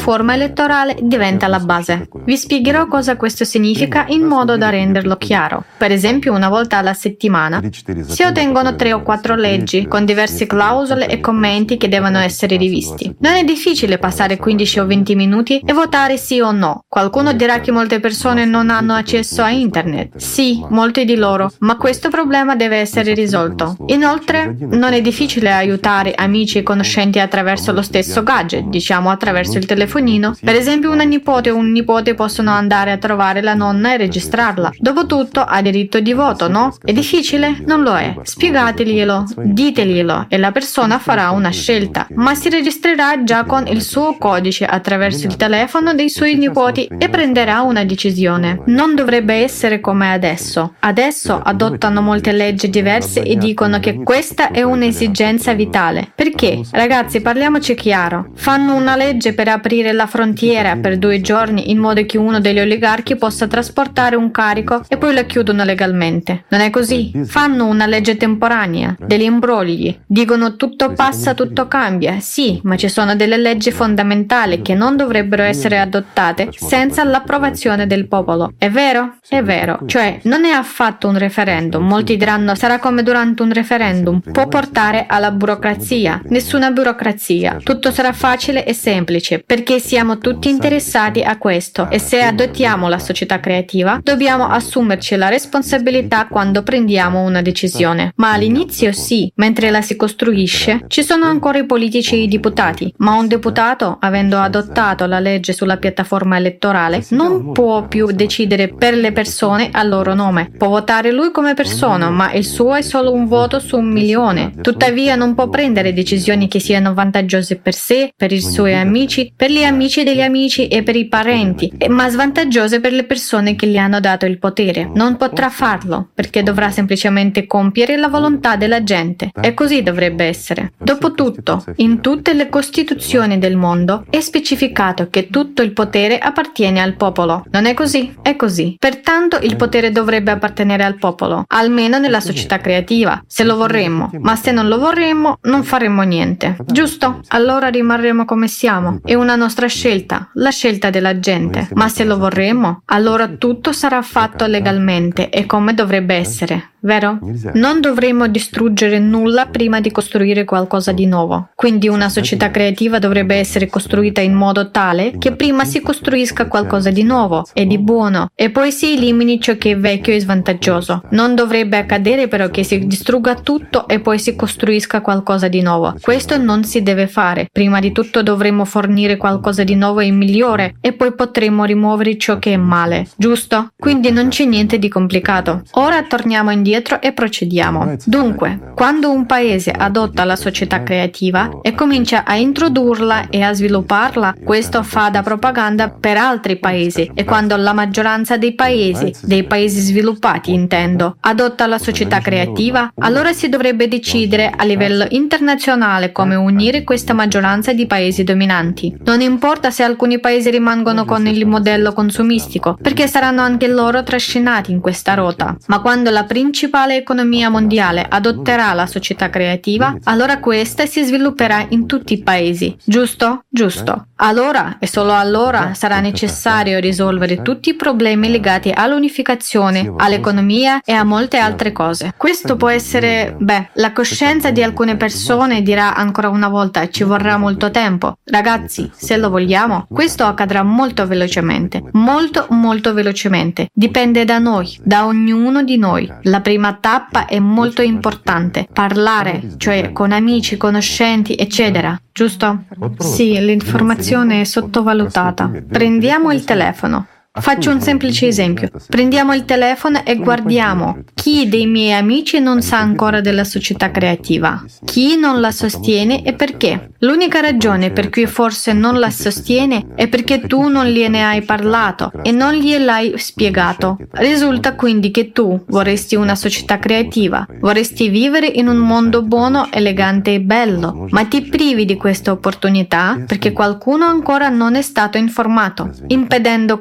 S1: piattaforma elettorale diventa la base. Vi spiegherò cosa questo significa in modo da renderlo chiaro. Per esempio, una volta alla settimana si ottengono 3 o 4 leggi con diverse clausole e commenti che devono essere rivisti. Non è difficile passare 15 o 20 minuti e votare sì o no. Qualcuno dirà che molte persone non hanno accesso a internet. Sì, molti di loro, ma questo problema deve essere risolto. Inoltre, non è difficile aiutare amici e conoscenti attraverso lo stesso gadget, diciamo attraverso il telefonino. Per esempio, una nipote o un nipote possono andare a trovare la nonna e registrarla. Dopotutto ha diritto di voto, no? È difficile? Non lo è. Spiegateglielo, diteglielo e la persona farà una scelta, ma si registrerà già con il suo codice attraverso il telefono dei suoi nipoti e prenderà una decisione. Non dovrebbe essere come adesso. Adesso adottano molte leggi diverse e dicono che questa è un'esigenza vitale. Perché? Ragazzi, parliamoci chiaro. Fanno una legge per aprire la frontiera per 2 giorni in modo che uno degli oligarchi possa trasportare un carico e poi la chiudono legalmente. Non è così? Fanno una legge temporanea, degli imbrogli. Dicono tutto passa, tutto cambia. Sì, ma ci sono delle leggi fondamentali che non dovrebbero essere adottate senza l'approvazione del popolo. È vero? È vero. Cioè, non è affatto un referendum. Molti diranno sarà come durante un referendum. Può portare alla burocrazia. Nessuna burocrazia. Tutto sarà facile e semplice perché siamo tutti interessati a questo e se adottiamo la società creativa dobbiamo assumerci la responsabilità quando prendiamo una decisione. Ma all'inizio sì, mentre la si costruisce, ci sono ancora i politici e i deputati, ma un deputato, avendo adottato la legge sulla piattaforma elettorale, non può più decidere per le persone a loro nome. Può votare lui come persona, ma il suo è solo un voto su 1 milione. Tuttavia non può prendere decisioni che siano vantaggiose per sé, per i suoi amici, per gli amici degli amici e per i parenti, ma svantaggiose per le persone che gli hanno dato il potere. Non potrà farlo, perché dovrà semplicemente compiere la volontà della gente. E così dovrebbe essere. Dopotutto, in tutte le costituzioni del mondo è specificato che tutto il potere appartiene al popolo. Non è così? È così. Pertanto il potere dovrebbe appartenere al popolo, almeno nella società creativa, se lo vorremmo. Ma se non lo vorremmo, non faremmo niente. Giusto? Allora rimarremo come siamo. È una nostra scelta, la scelta della gente. Ma se lo vorremmo, allora tutto sarà fatto legalmente e come dovrebbe essere. Vero? Non dovremmo distruggere nulla prima di costruire qualcosa di nuovo. Quindi una società creativa dovrebbe essere costruita in modo tale che prima si costruisca qualcosa di nuovo e di buono e poi si elimini ciò che è vecchio e svantaggioso. Non dovrebbe accadere però che si distrugga tutto e poi si costruisca qualcosa di nuovo. Questo non si deve fare. Prima di tutto dovremmo fornire qualcosa di nuovo e migliore e poi potremo rimuovere ciò che è male. Giusto? Quindi non c'è niente di complicato. Ora torniamo indietro e procediamo. Dunque, quando un paese adotta la società creativa e comincia a introdurla e a svilupparla, questo fa da propaganda per altri paesi e quando la maggioranza dei paesi sviluppati intendo, adotta la società creativa, allora si dovrebbe decidere a livello internazionale come unire questa maggioranza di paesi dominanti. Non importa se alcuni paesi rimangono con il modello consumistico, perché saranno anche loro trascinati in questa rotta, ma quando la principale economia mondiale adotterà la società creativa, allora questa si svilupperà in tutti i paesi. Giusto? Giusto. Allora e solo allora sarà necessario risolvere tutti i problemi legati all'unificazione, all'economia e a molte altre cose. Questo può essere, la coscienza di alcune persone dirà ancora una volta ci vorrà molto tempo. Ragazzi, se lo vogliamo, questo accadrà molto velocemente. Molto, molto velocemente. Dipende da noi, da ognuno di noi. La prima tappa è molto importante. Parlare, cioè con amici, conoscenti, eccetera. Giusto? Sì, l'informazione è sottovalutata. Prendiamo il telefono. Faccio un semplice esempio. Prendiamo il telefono e guardiamo chi dei miei amici non sa ancora della società creativa, chi non la sostiene e perché. L'unica ragione per cui forse non la sostiene è perché tu non gliene hai parlato e non gliel'hai spiegato. Risulta quindi che tu vorresti una società creativa, vorresti vivere in un mondo buono, elegante e bello, ma ti privi di questa opportunità perché qualcuno ancora non è stato informato, impedendo così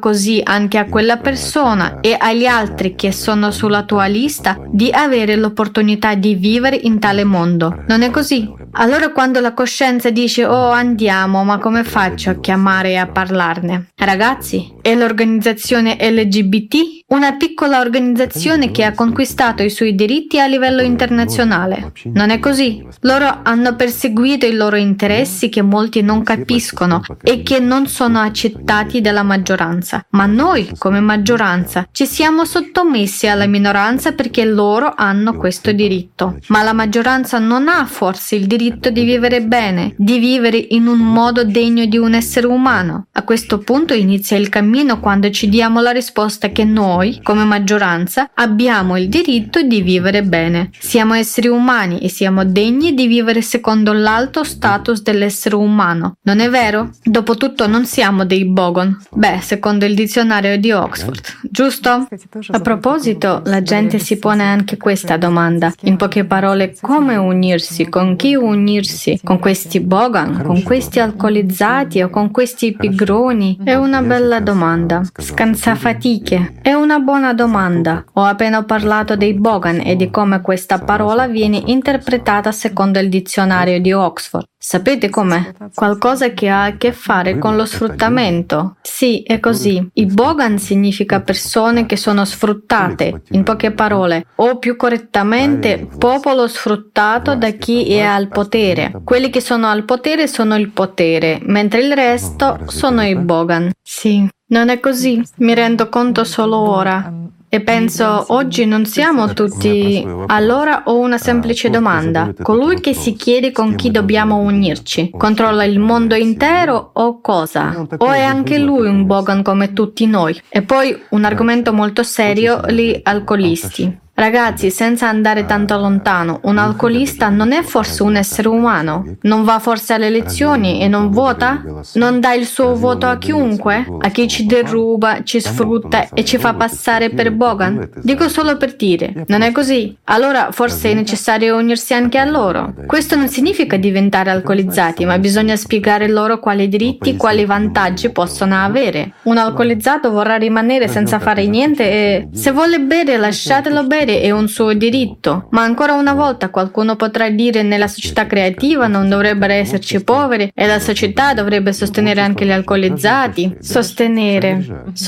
S2: anche a quella persona e agli altri che sono sulla tua lista di avere l'opportunità di vivere in tale mondo. Non è così? Allora quando la coscienza dice "Oh, andiamo, ma come faccio a chiamare e a parlarne?" Ragazzi, è l'organizzazione LGBT, una piccola organizzazione che ha conquistato i suoi diritti a livello internazionale. Non è così? Loro hanno perseguito i loro interessi che molti non capiscono e che non sono accettati dalla maggioranza. Ma noi, come maggioranza, ci siamo sottomessi alla minoranza perché loro hanno questo diritto. Ma la maggioranza non ha forse il diritto di vivere bene, di vivere in un modo degno di un essere umano? A questo punto inizia il cammino quando ci diamo la risposta che noi, come maggioranza, abbiamo il diritto di vivere bene. Siamo esseri umani e siamo degni di vivere secondo l'alto status dell'essere umano. Non è vero? Dopotutto non siamo dei bogon. Beh, secondo il dizionario di Oxford, giusto? A proposito, la gente si pone anche questa domanda. In poche parole, come unirsi? Con chi unirsi? Con questi bogan? Con questi alcolizzati o con questi pigroni? È una bella domanda. Scansafatiche. È una buona domanda. Ho appena parlato dei bogan e di come questa parola viene interpretata secondo il dizionario di Oxford. Sapete com'è? Qualcosa che ha a che fare con lo sfruttamento. Sì, è così. I bogan significa persone che sono sfruttate, in poche parole, o più correttamente, popolo sfruttato da chi è al potere. Quelli che sono al potere sono il potere, mentre il resto sono i bogan. Sì, non è così. Mi rendo conto solo ora. E penso, oggi non siamo tutti... Allora ho una semplice domanda. Colui che si chiede con chi dobbiamo unirci, controlla il mondo intero o cosa? O è anche lui un bogan come tutti noi? E poi un argomento molto serio, gli alcolisti. Ragazzi, senza andare tanto lontano, un alcolista non è forse un essere umano? Non va forse alle elezioni e non vota? Non dà il suo voto a chiunque? A chi ci deruba, ci sfrutta e ci fa passare per bogan? Dico solo per dire, non è così? Allora forse è necessario unirsi anche a loro. Questo non significa diventare alcolizzati, ma bisogna spiegare loro quali diritti, quali vantaggi possono avere. Un alcolizzato vorrà rimanere senza fare niente e se vuole bere lasciatelo bere. È un suo diritto, ma ancora una volta qualcuno potrà dire nella società creativa non dovrebbero esserci poveri e la società dovrebbe sostenere anche gli alcolizzati. Sostenere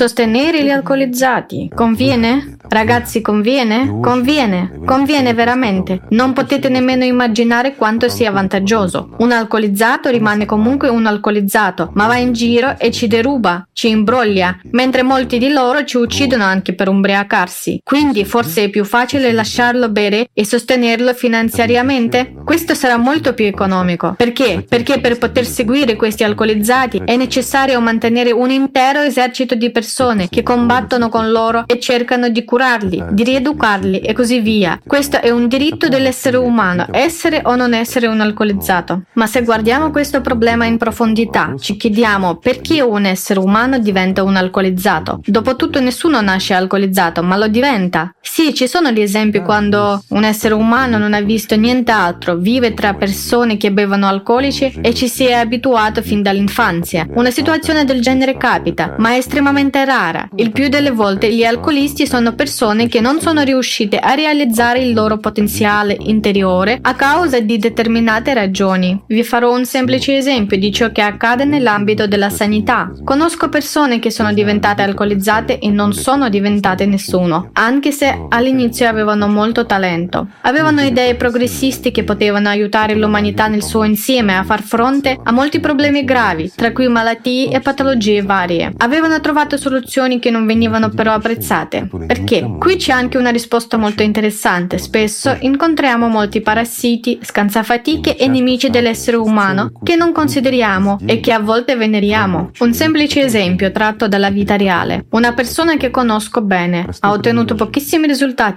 S2: gli alcolizzati. Conviene? Ragazzi, conviene? Conviene veramente. Non potete nemmeno immaginare quanto sia vantaggioso. Un alcolizzato rimane comunque un alcolizzato, ma va in giro e ci deruba, ci imbroglia, mentre molti di loro ci uccidono anche per ubriacarsi. Quindi forse è più facile lasciarlo bere e sostenerlo finanziariamente? Questo sarà molto più economico. Perché? Perché per poter seguire questi alcolizzati è necessario mantenere un intero esercito di persone che combattono con loro e cercano di curarli, di rieducarli e così via. Questo è un diritto dell'essere umano, essere o non essere un alcolizzato. Ma se guardiamo questo problema in profondità, ci chiediamo perché un essere umano diventa un alcolizzato. Dopotutto nessuno nasce alcolizzato, ma lo diventa. Sì, ci sono gli esempi quando un essere umano non ha visto nient'altro, vive tra persone che bevono alcolici e ci si è abituato fin dall'infanzia. Una situazione del genere capita, ma è estremamente rara. Il più delle volte gli alcolisti sono persone che non sono riuscite a realizzare il loro potenziale interiore a causa di determinate ragioni. Vi farò un semplice esempio di ciò che accade nell'ambito della sanità. Conosco persone che sono diventate alcolizzate e non sono diventate nessuno, anche se all'inizio avevano molto talento. Avevano idee progressisti che potevano aiutare l'umanità nel suo insieme a far fronte a molti problemi gravi, tra cui malattie e patologie varie. Avevano trovato soluzioni che non venivano però apprezzate. Perché? Qui c'è anche una risposta molto interessante. Spesso incontriamo molti parassiti, scansafatiche e nemici dell'essere umano che non consideriamo e che a volte veneriamo. Un semplice esempio tratto dalla vita reale. Una persona che conosco bene ha ottenuto pochissimi risultati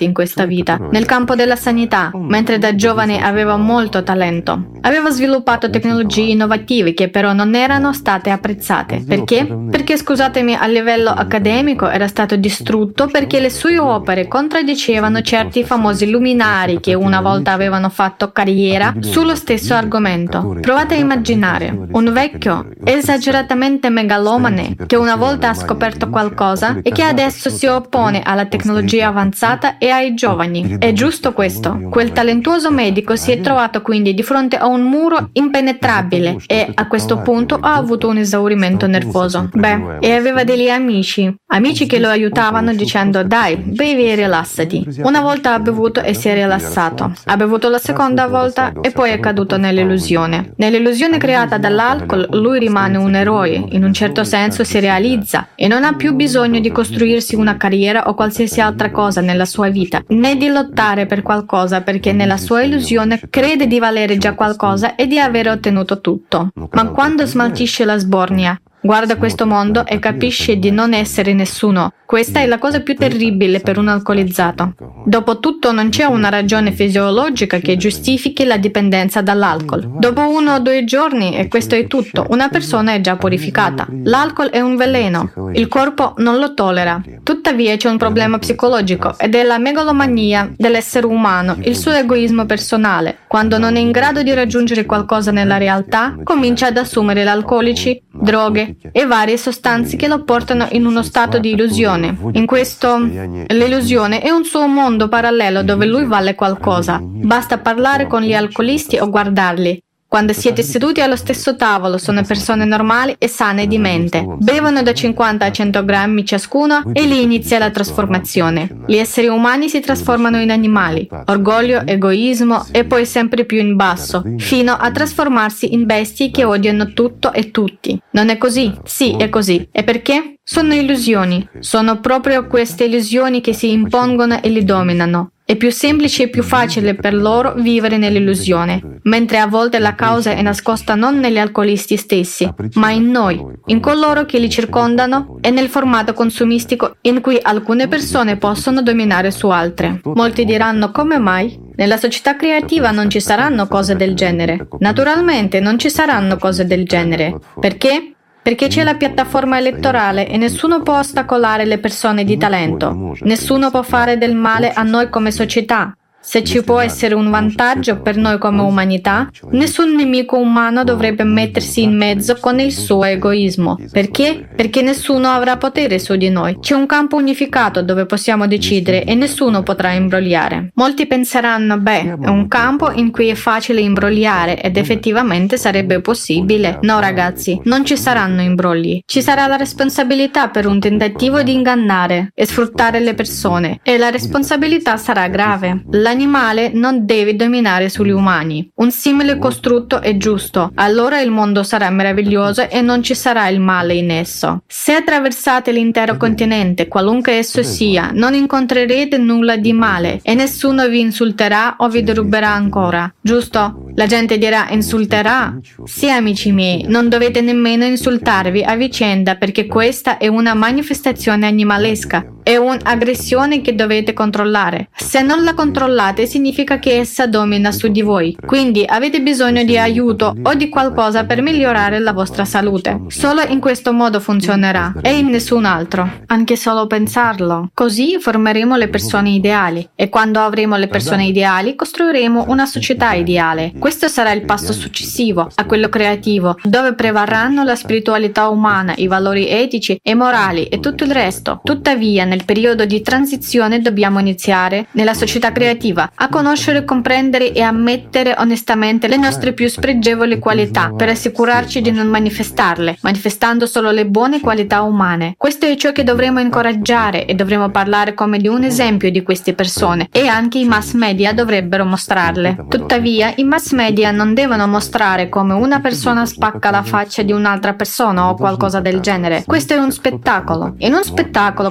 S2: risultati in questa vita, nel campo della sanità, mentre da giovane aveva molto talento. Aveva sviluppato tecnologie innovative che però non erano state apprezzate. Perché? Perché, scusatemi, a livello accademico era stato distrutto perché le sue opere contraddicevano certi famosi luminari che una volta avevano fatto carriera sullo stesso argomento. Provate a immaginare un vecchio esageratamente megalomane che una volta ha scoperto qualcosa e che adesso si oppone alla tecnologia avanzata e ai giovani. È giusto questo. Quel talentuoso medico si è trovato quindi di fronte a un muro impenetrabile e a questo punto ha avuto un esaurimento nervoso. E aveva degli amici che lo aiutavano dicendo: dai, bevi e rilassati. Una volta ha bevuto e si è rilassato. Ha bevuto la seconda volta e poi è caduto nell'illusione. Nell'illusione creata dall'alcol lui rimane un eroe, in un certo senso si realizza e non ha più bisogno di costruirsi una carriera o qualsiasi altra cosa nella sua vita, né di lottare per qualcosa perché nella sua illusione crede di valere già qualcosa e di aver ottenuto tutto. Ma quando smaltisce la sbornia, guarda questo mondo e capisce di non essere nessuno. Questa è la cosa più terribile per un alcolizzato. Dopotutto non c'è una ragione fisiologica che giustifichi la dipendenza dall'alcol. Dopo 1 o 2 giorni, e questo è tutto, una persona è già purificata. L'alcol è un veleno. Il corpo non lo tollera. Tuttavia c'è un problema psicologico ed è la megalomania dell'essere umano, il suo egoismo personale. Quando non è in grado di raggiungere qualcosa nella realtà, comincia ad assumere alcolici, droghe e varie sostanze che lo portano in uno stato di illusione. In questo, l'illusione è un suo mondo parallelo dove lui vale qualcosa. Basta parlare con gli alcolisti o guardarli. Quando siete seduti allo stesso tavolo sono persone normali e sane di mente. Bevono da 50 a 100 grammi ciascuno e lì inizia la trasformazione. Gli esseri umani si trasformano in animali. Orgoglio, egoismo e poi sempre più in basso, fino a trasformarsi in bestie che odiano tutto e tutti. Non è così? Sì, è così. E perché? Sono illusioni. Sono proprio queste illusioni che si impongono e li dominano. È più semplice e più facile per loro vivere nell'illusione, mentre a volte la causa è nascosta non negli alcolisti stessi, ma in noi, in coloro che li circondano e nel formato consumistico in cui alcune persone possono dominare su altre. Molti diranno: come mai? Nella società creativa non ci saranno cose del genere. Naturalmente non ci saranno cose del genere. Perché? Perché c'è la piattaforma elettorale e nessuno può ostacolare le persone di talento. Nessuno può fare del male a noi come società. Se ci può essere un vantaggio per noi come umanità, nessun nemico umano dovrebbe mettersi in mezzo con il suo egoismo. Perché? Perché nessuno avrà potere su di noi. C'è un campo unificato dove possiamo decidere e nessuno potrà imbrogliare. Molti penseranno: è un campo in cui è facile imbrogliare ed effettivamente sarebbe possibile. No ragazzi, non ci saranno imbrogli. Ci sarà la responsabilità per un tentativo di ingannare e sfruttare le persone e la responsabilità sarà grave. L'animale non deve dominare sugli umani. Un simile costrutto è giusto. Allora il mondo sarà meraviglioso e non ci sarà il male in esso. Se attraversate l'intero continente, qualunque esso sia, non incontrerete nulla di male e nessuno vi insulterà o vi deruberà ancora. Giusto? La gente dirà: insulterà? Sì, amici miei, non dovete nemmeno insultarvi a vicenda perché questa è una manifestazione animalesca. È un'aggressione che dovete controllare. Se non la controllate, significa che essa domina su di voi. Quindi avete bisogno di aiuto o di qualcosa per migliorare la vostra salute. Solo in questo modo funzionerà e in nessun altro. Anche solo pensarlo. Così formeremo le persone ideali e quando avremo le persone ideali costruiremo una società ideale. Questo sarà il passo successivo a quello creativo, dove prevarranno la spiritualità umana, i valori etici e morali e tutto il resto. Tuttavia, nel periodo di transizione dobbiamo iniziare, nella società creativa, a conoscere, comprendere e ammettere onestamente le nostre più spregevoli qualità, per assicurarci di non manifestarle, manifestando solo le buone qualità umane. Questo è ciò che dovremo incoraggiare e dovremo parlare come di un esempio di queste persone, e anche i mass media dovrebbero mostrarle. Tuttavia, i mass media non devono mostrare come una persona spacca la faccia di un'altra persona o qualcosa del genere. Questo è un spettacolo. In un spettacolo, quando due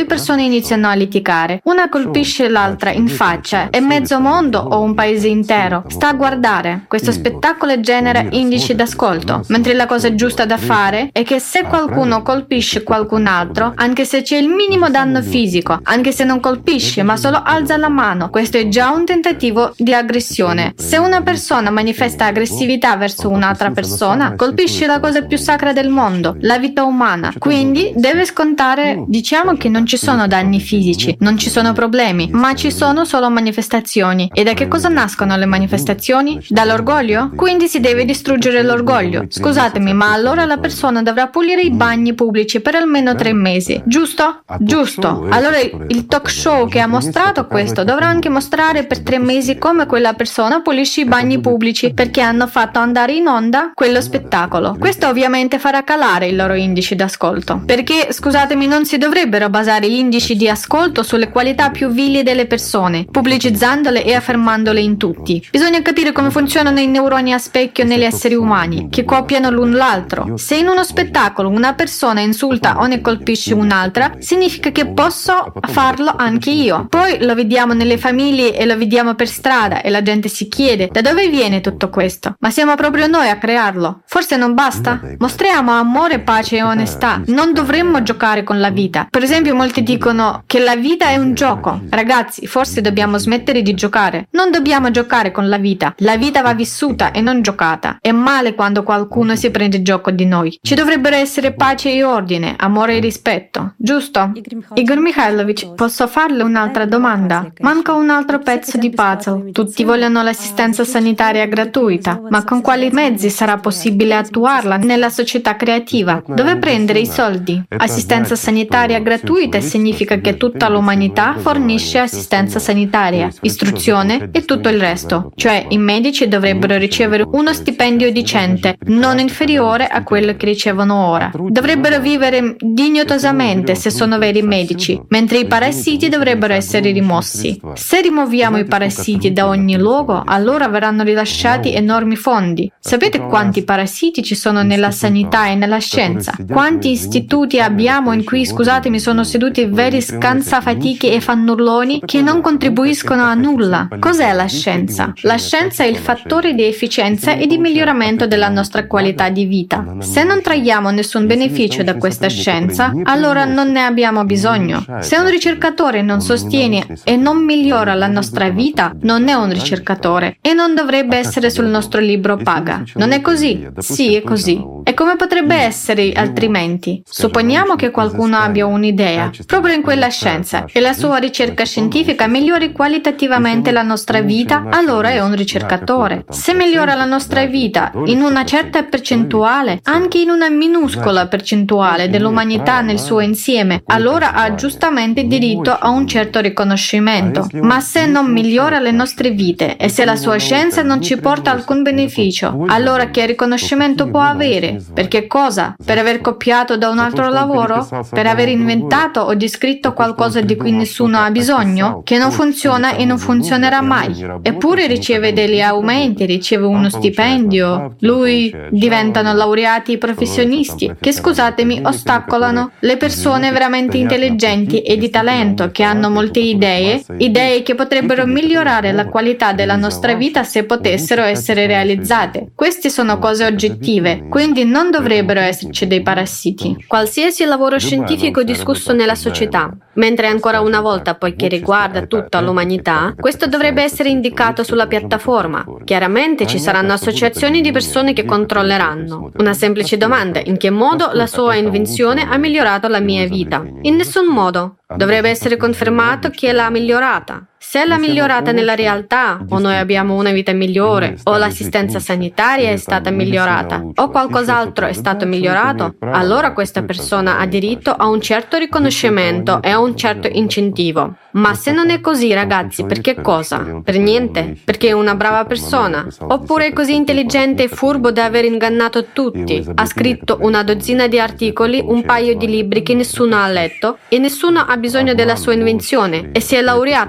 S2: persone iniziano a litigare. Una colpisce l'altra in faccia e mezzo mondo o un paese intero sta a guardare. Questo spettacolo genera indici d'ascolto, mentre la cosa giusta da fare è che se qualcuno colpisce qualcun altro, anche se c'è il minimo danno fisico, anche se non colpisce ma solo alza la mano, questo è già un tentativo di aggressione. Se una persona manifesta aggressività verso un'altra persona, colpisce la cosa più sacra del mondo, la vita umana. Quindi deve scontare, diciamo che non ci sono danni fisici, non ci sono problemi, ma ci sono solo manifestazioni. E da che cosa nascono le manifestazioni? Dall'orgoglio? Quindi si deve distruggere l'orgoglio. Scusatemi, ma allora la persona dovrà pulire i bagni pubblici per almeno 3 mesi, giusto? Giusto. Allora il talk show che ha mostrato questo dovrà anche mostrare per 3 mesi come quella persona pulisce i bagni pubblici perché hanno fatto andare in onda quello spettacolo. Questo ovviamente farà calare i loro indici d'ascolto. Perché, scusatemi, non si dovrebbero basare gli indici di ascolto sulle qualità più vili delle persone, pubblicizzandole e affermandole in tutti. Bisogna capire come funzionano i neuroni a specchio negli esseri umani, che copiano l'un l'altro. Se in uno spettacolo una persona insulta o ne colpisce un'altra, significa che posso farlo anche io. Poi lo vediamo nelle famiglie e lo vediamo per strada e la gente si chiede da dove viene tutto questo? Ma siamo proprio noi a crearlo. Forse non basta? Mostriamo amore, pace e onestà. Non dovremmo giocare con la vita. Per esempio, molti dicono che la vita è un gioco. Ragazzi, forse dobbiamo smettere di giocare. Non dobbiamo giocare con la vita. La vita va vissuta e non giocata. È male quando qualcuno si prende gioco di noi. Ci dovrebbero essere pace e ordine, amore e rispetto, giusto? Igor Mikhailovich, posso farle un'altra domanda? Manca un altro pezzo di puzzle. Tutti vogliono l'assistenza sanitaria gratuita, ma con quali mezzi sarà possibile attuarla nella società creativa? Dove prendere i soldi? Assistenza sanitaria gratuita significa che tutta l'umanità fornisce assistenza sanitaria, istruzione e tutto il resto. Cioè, i medici dovrebbero ricevere uno stipendio decente, non inferiore a quello che ricevono ora. Dovrebbero vivere dignitosamente se sono veri medici, mentre i parassiti dovrebbero essere rimossi. Se rimuoviamo i parassiti da ogni luogo, allora verranno rilasciati enormi fondi. Sapete quanti parassiti ci sono nella sanità e nella scienza? Quanti istituti abbiamo in cui, scusatemi, sono seduti veri scansafatiche e fannulloni che non contribuiscono a nulla? Cos'è la scienza? La scienza è il fattore di efficienza e di miglioramento della nostra qualità di vita. Se non traiamo nessun beneficio da questa scienza, allora non ne abbiamo bisogno. Se un ricercatore non sostiene e non migliora la nostra vita, non è un ricercatore e non dovrebbe essere sul nostro libro paga. Non è così? Sì, è così. E come potrebbe essere altrimenti? Supponiamo che qualcuno abbia un'idea, proprio in quella scienza, e la sua ricerca scientifica migliori qualitativamente la nostra vita, allora è un ricercatore. Se migliora la nostra vita in una certa percentuale, anche in una minuscola percentuale dell'umanità nel suo insieme, allora ha giustamente diritto a un certo riconoscimento. Ma se non migliora le nostre vite e se la sua scienza non ci porta alcun beneficio, allora che riconoscimento può avere? Per che cosa? Per aver copiato da un altro lavoro? Per aver inventato o descritto qualcosa di cui nessuno ha bisogno? Che non funziona e non funzionerà mai. Eppure riceve degli aumenti, riceve uno stipendio. Lui diventano laureati professionisti che, scusatemi, ostacolano le persone veramente intelligenti e di talento che hanno molte idee che potrebbero migliorare la qualità della nostra vita se potessero essere realizzate. Queste sono cose oggettive, quindi non dovrebbero esserci dei parassiti.
S1: Qualsiasi lavoro scientifico discusso nella società, mentre ancora una volta, poiché riguarda tutta l'umanità, questo dovrebbe essere indicato sulla piattaforma. Chiaramente ci saranno associazioni di persone che controlleranno. Una semplice domanda: in che modo la sua invenzione ha migliorato la mia vita? In nessun modo. Dovrebbe essere confermato che l'ha migliorata. Se l'ha migliorata nella realtà, o noi abbiamo una vita migliore, o l'assistenza sanitaria è stata migliorata, o qualcos'altro è stato migliorato, allora questa persona ha diritto a un certo riconoscimento e a un certo incentivo. Ma se non è così, ragazzi, per che cosa? Per niente? Perché è una brava persona? Oppure è così intelligente e furbo da aver ingannato tutti? Ha scritto una dozzina di articoli, un paio di libri che nessuno ha letto e nessuno ha bisogno della sua invenzione e si è laureato per questo.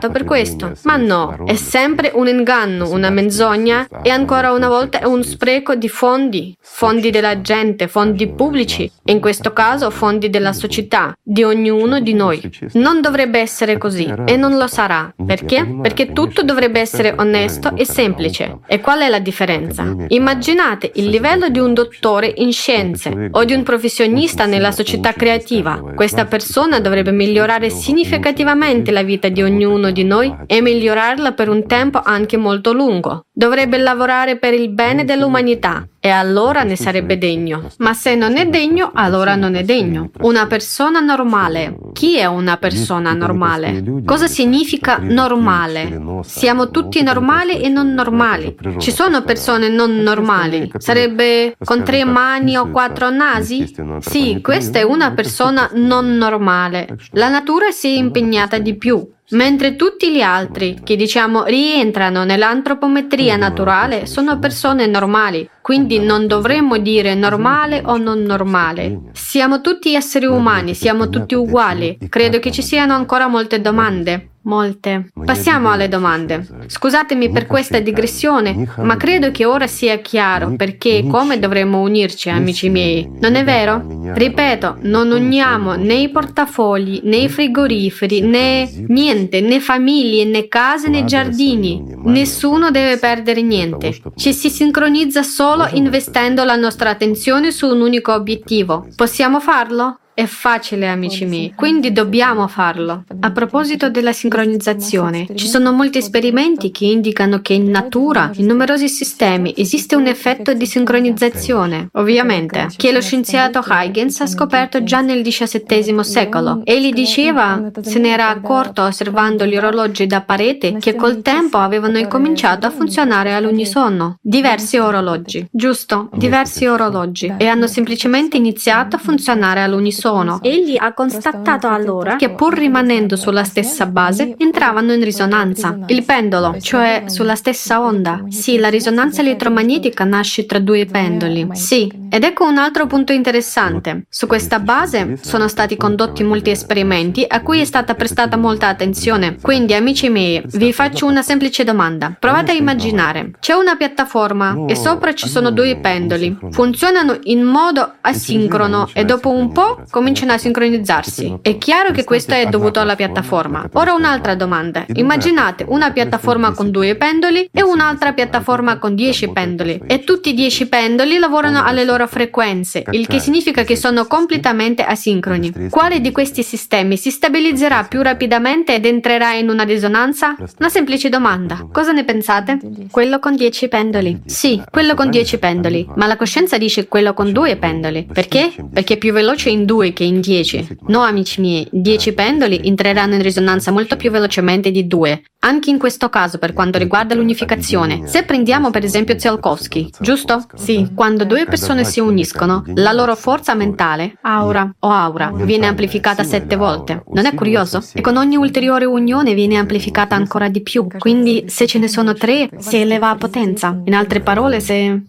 S1: onesto. Ma no, è sempre un inganno, una menzogna e ancora una volta è un spreco di fondi della gente, fondi pubblici, in questo caso fondi della società, di ognuno di noi. Non dovrebbe essere così e non lo sarà. Perché? Perché tutto dovrebbe essere onesto e semplice. E qual è la differenza? Immaginate il livello di un dottore in scienze o di un professionista nella società creativa. Questa persona dovrebbe migliorare significativamente la vita di ognuno di noi e migliorarla per un tempo anche molto lungo. Dovrebbe lavorare per il bene dell'umanità e allora ne sarebbe degno. Ma se non è degno, allora non è degno. Una persona normale. Chi è una persona normale? Cosa significa normale? Siamo tutti normali e non normali. Ci sono persone non normali. Sarebbe con 3 mani o 4 nasi? Sì, questa è una persona non normale. La natura si è impegnata di più. Mentre tutti gli altri, che diciamo rientrano nell'antropometria naturale, sono persone normali. Quindi non dovremmo dire normale o non normale. Siamo tutti esseri umani, siamo tutti uguali. Credo che ci siano ancora molte domande. Molte. Passiamo alle domande. Scusatemi per questa digressione, ma credo che ora sia chiaro perché e come dovremmo unirci, amici miei. Non è vero? Ripeto, non uniamo né i portafogli, né i frigoriferi, né niente, né famiglie, né case, né giardini. Nessuno deve perdere niente. Ci si sincronizza solo investendo la nostra attenzione su un unico obiettivo. Possiamo farlo? È facile, amici miei, quindi dobbiamo farlo. A proposito della sincronizzazione, ci sono molti esperimenti che indicano che in natura, in numerosi sistemi, esiste un effetto di sincronizzazione, ovviamente, che lo scienziato Huygens ha scoperto già nel XVII secolo. Egli diceva, se ne era accorto osservando gli orologi da parete, che col tempo avevano incominciato a funzionare all'unisono. Diversi orologi, giusto? Diversi orologi. E hanno semplicemente iniziato a funzionare all'unisono. Egli ha constatato allora che pur rimanendo sulla stessa base entravano in risonanza. Il pendolo, cioè sulla stessa onda. Sì, la risonanza elettromagnetica nasce tra 2 pendoli. Sì, ed ecco un altro punto interessante. Su questa base sono stati condotti molti esperimenti a cui è stata prestata molta attenzione. Quindi, amici miei, vi faccio una semplice domanda. Provate a immaginare. C'è una piattaforma e sopra ci sono 2 pendoli. Funzionano in modo asincrono e dopo un po' cominciano a sincronizzarsi. È chiaro che questo è dovuto alla piattaforma. Ora un'altra domanda. Immaginate una piattaforma con 2 pendoli e un'altra piattaforma con 10 pendoli. E tutti i 10 pendoli lavorano alle loro frequenze, il che significa che sono completamente asincroni. Quale di questi sistemi si stabilizzerà più rapidamente ed entrerà in una risonanza? Una semplice domanda. Cosa ne pensate? Quello con 10 pendoli. Sì, quello con 10 pendoli. Ma la coscienza dice quello con 2 pendoli. Perché? Perché è più veloce in 2 che in 10. No, amici miei, 10 pendoli entreranno in risonanza molto più velocemente di 2. Anche in questo caso, per quanto riguarda l'unificazione. Se prendiamo per esempio Tsiolkovsky, giusto? Sì, quando 2 persone si uniscono, la loro forza mentale, aura, viene amplificata 7 volte. Non è curioso? E con ogni ulteriore unione viene amplificata ancora di più. Quindi, se ce ne sono 3, si eleva a potenza. In altre parole, se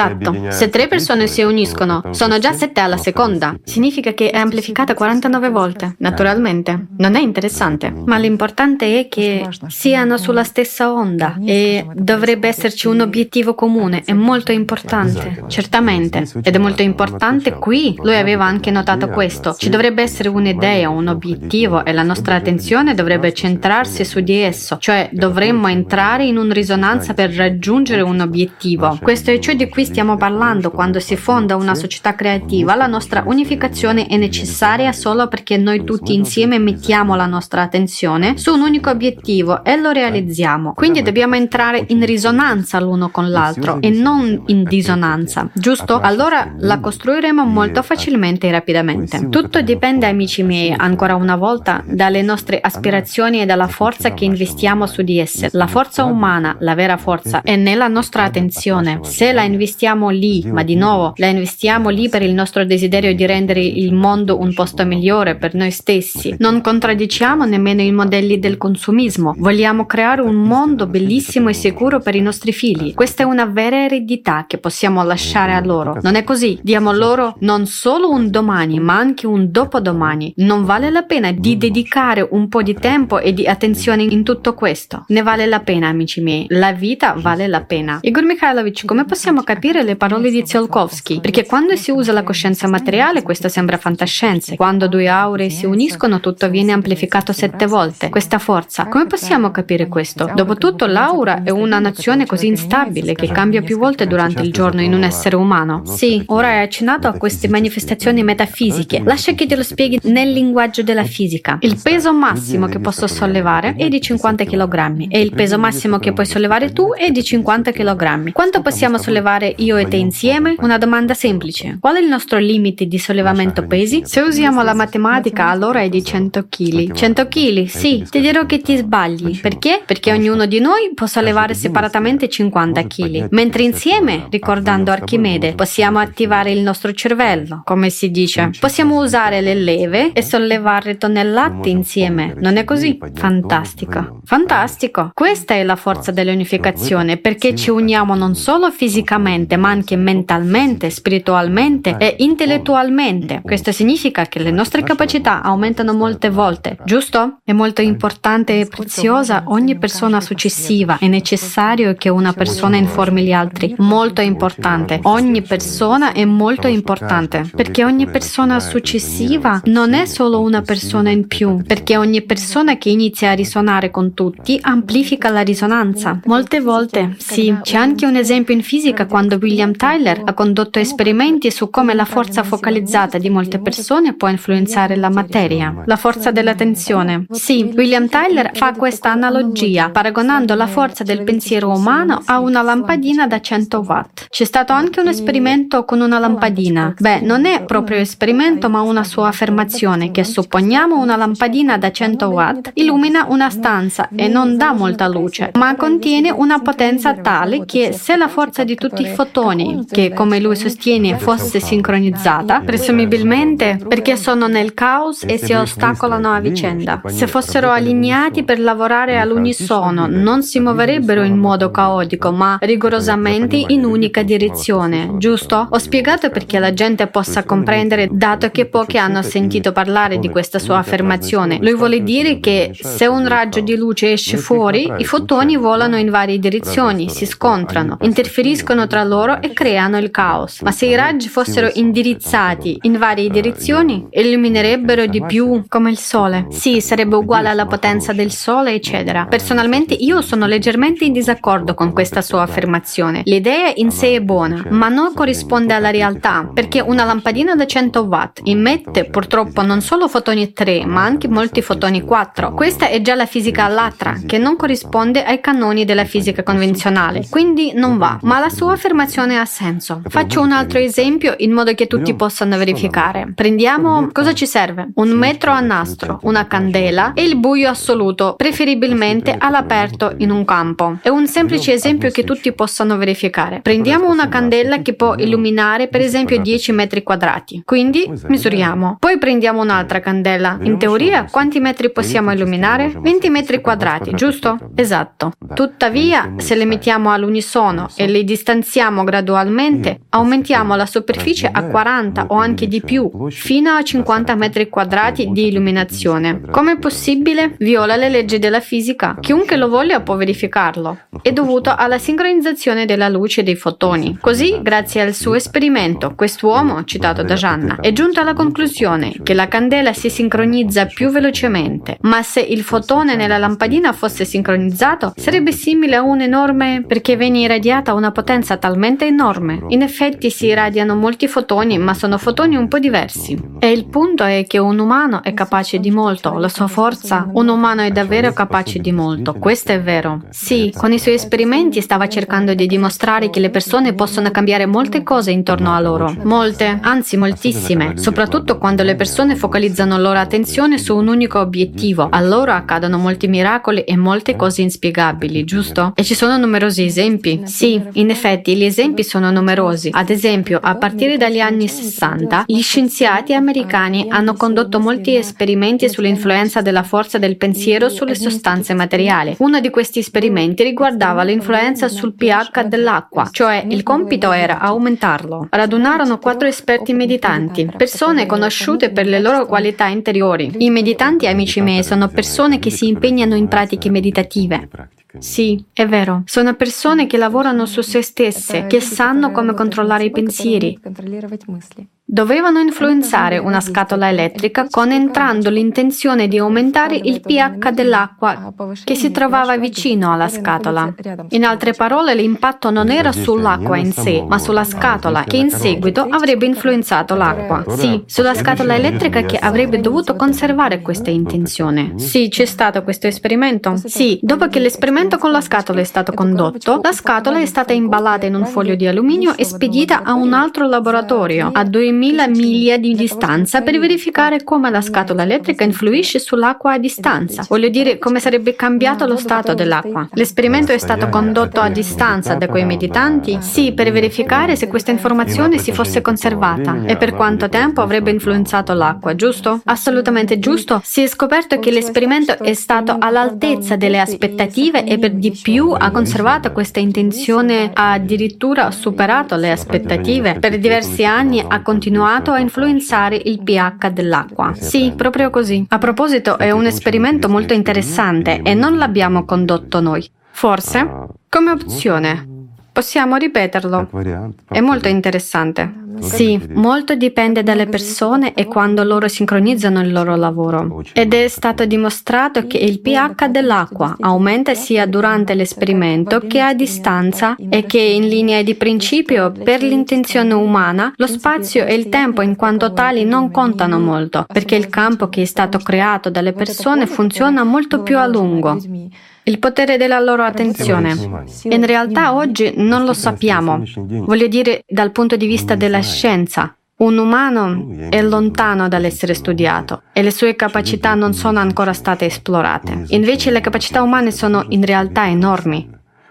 S1: 3 persone si uniscono, sono già 7 alla seconda. Significa che è amplificata 49 volte. Naturalmente. Non è interessante. Ma l'importante è che siano sulla stessa onda e dovrebbe esserci un obiettivo comune. È molto importante. Certamente. Ed è molto importante qui. Lui aveva anche notato questo. Ci dovrebbe essere un'idea, un obiettivo e la nostra attenzione dovrebbe centrarsi su di esso. Cioè dovremmo entrare in una risonanza per raggiungere un obiettivo. Questo è ciò di cui stiamo parlando quando si fonda una società creativa. La nostra unificazione è necessaria solo perché noi tutti insieme mettiamo la nostra attenzione su un unico obiettivo e lo realizziamo. Quindi dobbiamo entrare in risonanza l'uno con l'altro e non in disonanza, giusto? Allora la costruiremo molto facilmente e rapidamente. Tutto dipende, amici miei, ancora una volta, dalle nostre aspirazioni e dalla forza che investiamo su di esse. La forza umana, la vera forza, è nella nostra attenzione. Se la investiamo lì, ma di nuovo la investiamo lì per il nostro desiderio di rendere il mondo un posto migliore per noi stessi. Non contraddiciamo nemmeno i modelli del consumismo. Vogliamo creare un mondo bellissimo e sicuro per i nostri figli. Questa è una vera eredità che possiamo lasciare a loro. Non è così? Diamo loro non solo un domani, ma anche un dopodomani. Non vale la pena di dedicare un po' di tempo e di attenzione in tutto questo? Ne vale la pena, amici miei. La vita vale la pena. Igor Mikhailovich, come possiamo capire le parole di Tsiolkovsky? Perché quando si usa la coscienza materiale, questo sembra fantascienza. Quando due auree si uniscono, tutto viene amplificato 7 volte. Questa forza. Come possiamo capire questo? Dopotutto, l'aura è una nozione così instabile che cambia più volte durante il giorno in un essere umano. Sì, ora hai accennato a queste manifestazioni metafisiche. Lascia che te lo spieghi nel linguaggio della fisica. Il peso massimo che posso sollevare è di 50 kg e il peso massimo che puoi sollevare tu è di 50 kg. Quanto possiamo sollevare io e te insieme? Una domanda semplice. Qual è il nostro limite di sollevamento pesi? Se usiamo la matematica, allora è di 100 kg. 100 kg? Sì, ti dirò che ti sbagli. Perché? Perché ognuno di noi può sollevare separatamente 50 kg, mentre insieme, ricordando Archimede, possiamo attivare il nostro cervello, come si dice. Possiamo usare le leve e sollevare tonnellate insieme. Non è così? Fantastico. Fantastico. Questa è la forza dell'unificazione, perché ci uniamo non solo fisicamente, ma anche mentalmente, spiritualmente e intellettualmente. Questo significa che le nostre capacità aumentano molte volte, giusto? È molto importante e preziosa ogni persona successiva. È necessario che una persona informi gli altri. Molto importante. Ogni persona è molto importante, perché ogni persona successiva non è solo una persona in più, perché ogni persona che inizia a risuonare con tutti amplifica la risonanza. Molte volte, sì, c'è anche un esempio in fisica quando William Tyler ha condotto esperimenti su come la forza focalizzata di molte persone può influenzare la materia. La forza della tensione. Sì, William Tyler fa questa analogia paragonando la forza del pensiero umano a una lampadina da 100 watt. C'è stato anche un esperimento con una lampadina. Beh, non è proprio esperimento, ma una sua affermazione che supponiamo una lampadina da 100 watt illumina una stanza e non dà molta luce, ma contiene una potenza tale che se la forza di tutti i fotoni, che come lui sostiene fosse sincronizzata, presumibilmente perché sono nel caos e si ostacolano a vicenda, se fossero allineati per lavorare all'unisono, non si muoverebbero in modo caotico, ma rigorosamente in unica direzione, giusto? Ho spiegato perché la gente possa comprendere, dato che pochi hanno sentito parlare di questa sua affermazione. Lui vuole dire che se un raggio di luce esce fuori, i fotoni volano in varie direzioni, si scontrano, interferiscono tra loro e creano il caos. Ma se i raggi fossero indirizzati in varie direzioni, illuminerebbero di più, come il Sole. Sì, sarebbe uguale alla potenza del Sole, eccetera. Personalmente io sono leggermente in disaccordo con questa sua affermazione. L'idea in sé è buona, ma non corrisponde alla realtà, perché una lampadina da 100 watt immette purtroppo non solo fotoni 3, ma anche molti fotoni 4. Questa è già la fisica all'altra, che non corrisponde ai canoni della fisica convenzionale, quindi non va, ma la sua affermazione ha senso. Faccio un altro esempio in modo che tutti possano verificare. Prendiamo cosa ci serve? Un metro a nastro, una candela e il buio assoluto, preferibilmente all'aperto in un campo. È un semplice esempio che tutti possano verificare. Prendiamo una candela che può illuminare per esempio 10 metri quadrati, quindi misuriamo. Poi prendiamo un'altra candela. In teoria quanti metri possiamo illuminare? 20 metri quadrati, giusto? Esatto. Tuttavia, se le mettiamo all'unisono e le distanziamo gradualmente, aumentiamo la superficie a 40 o anche di più, fino a 50 metri quadrati di illuminazione. Com'è possibile? Viola le leggi della fisica. Chiunque lo voglia può verificarlo. È dovuto alla sincronizzazione della luce dei fotoni. Così, grazie al suo esperimento, quest'uomo, citato da Gianna, è giunto alla conclusione che la candela si sincronizza più velocemente, ma se il fotone nella lampadina fosse sincronizzato, sarebbe simile a un enorme, perché viene irradiata una potenza talmente enorme. In effetti si irradiano molti fotoni, ma sono fotoni un po' diversi. E il punto è che un umano è capace di molto, la sua forza, un umano è davvero capace di molto, questo è vero. Sì, con i suoi esperimenti stava cercando di dimostrare che le persone possono cambiare molte cose intorno a loro. Molte, anzi moltissime, soprattutto quando le persone focalizzano la loro attenzione su un unico obiettivo. Allora accadono molti miracoli e molte cose inspiegabili, giusto? E ci sono numerosi esempi. Sì, in effetti,
S2: effetti gli esempi sono numerosi. Ad esempio, a partire dagli anni 60, gli scienziati americani hanno condotto molti esperimenti sull'influenza della forza del pensiero sulle sostanze materiali. Uno di questi esperimenti riguardava l'influenza sul pH dell'acqua, cioè il compito era aumentarlo. Radunarono 4 esperti meditanti, persone conosciute per le loro qualità interiori. I meditanti, amici miei, sono persone che si impegnano in pratiche meditative. Sì, è vero. Sono persone che lavorano su se stesse, che sanno come controllare i pensieri. Dovevano influenzare una scatola elettrica concentrando l'intenzione di aumentare il pH dell'acqua che si trovava vicino alla scatola. In altre parole, l'impatto non era sull'acqua in sé, ma sulla scatola, che in seguito avrebbe influenzato l'acqua. Sì, sulla scatola elettrica che avrebbe dovuto conservare questa intenzione. Sì, c'è stato questo esperimento? Sì, dopo che l'esperimento con la scatola è stato condotto, la scatola è stata imballata in un foglio di alluminio e spedita a un altro laboratorio, a 2000 miglia di distanza, per verificare come la scatola elettrica influisce sull'acqua a distanza. Voglio dire, come sarebbe cambiato lo stato dell'acqua. L'esperimento è stato condotto a distanza da quei meditanti? Sì, per verificare se questa informazione si fosse conservata e per quanto tempo avrebbe influenzato l'acqua, giusto? Assolutamente giusto. Si è scoperto che l'esperimento è stato all'altezza delle aspettative e per di più ha conservato questa intenzione, ha addirittura superato le aspettative. Per diversi anni ha continuato a influenzare il pH dell'acqua. Sì, proprio così. A proposito, è un esperimento molto interessante e non l'abbiamo condotto noi. Forse, come opzione, possiamo ripeterlo. È molto interessante. Sì, molto dipende dalle persone e quando loro sincronizzano il loro lavoro. Ed è stato dimostrato che il pH dell'acqua aumenta sia durante l'esperimento che a distanza e che in linea di principio per l'intenzione umana lo spazio e il tempo in quanto tali non contano molto, perché il campo che è stato creato dalle persone funziona molto più a lungo. Il potere della loro attenzione. In realtà oggi non lo sappiamo. Voglio dire, dal punto di vista della scienza. Un umano è lontano dall'essere studiato e le sue capacità non sono ancora state esplorate. Invece le capacità umane sono in realtà enormi.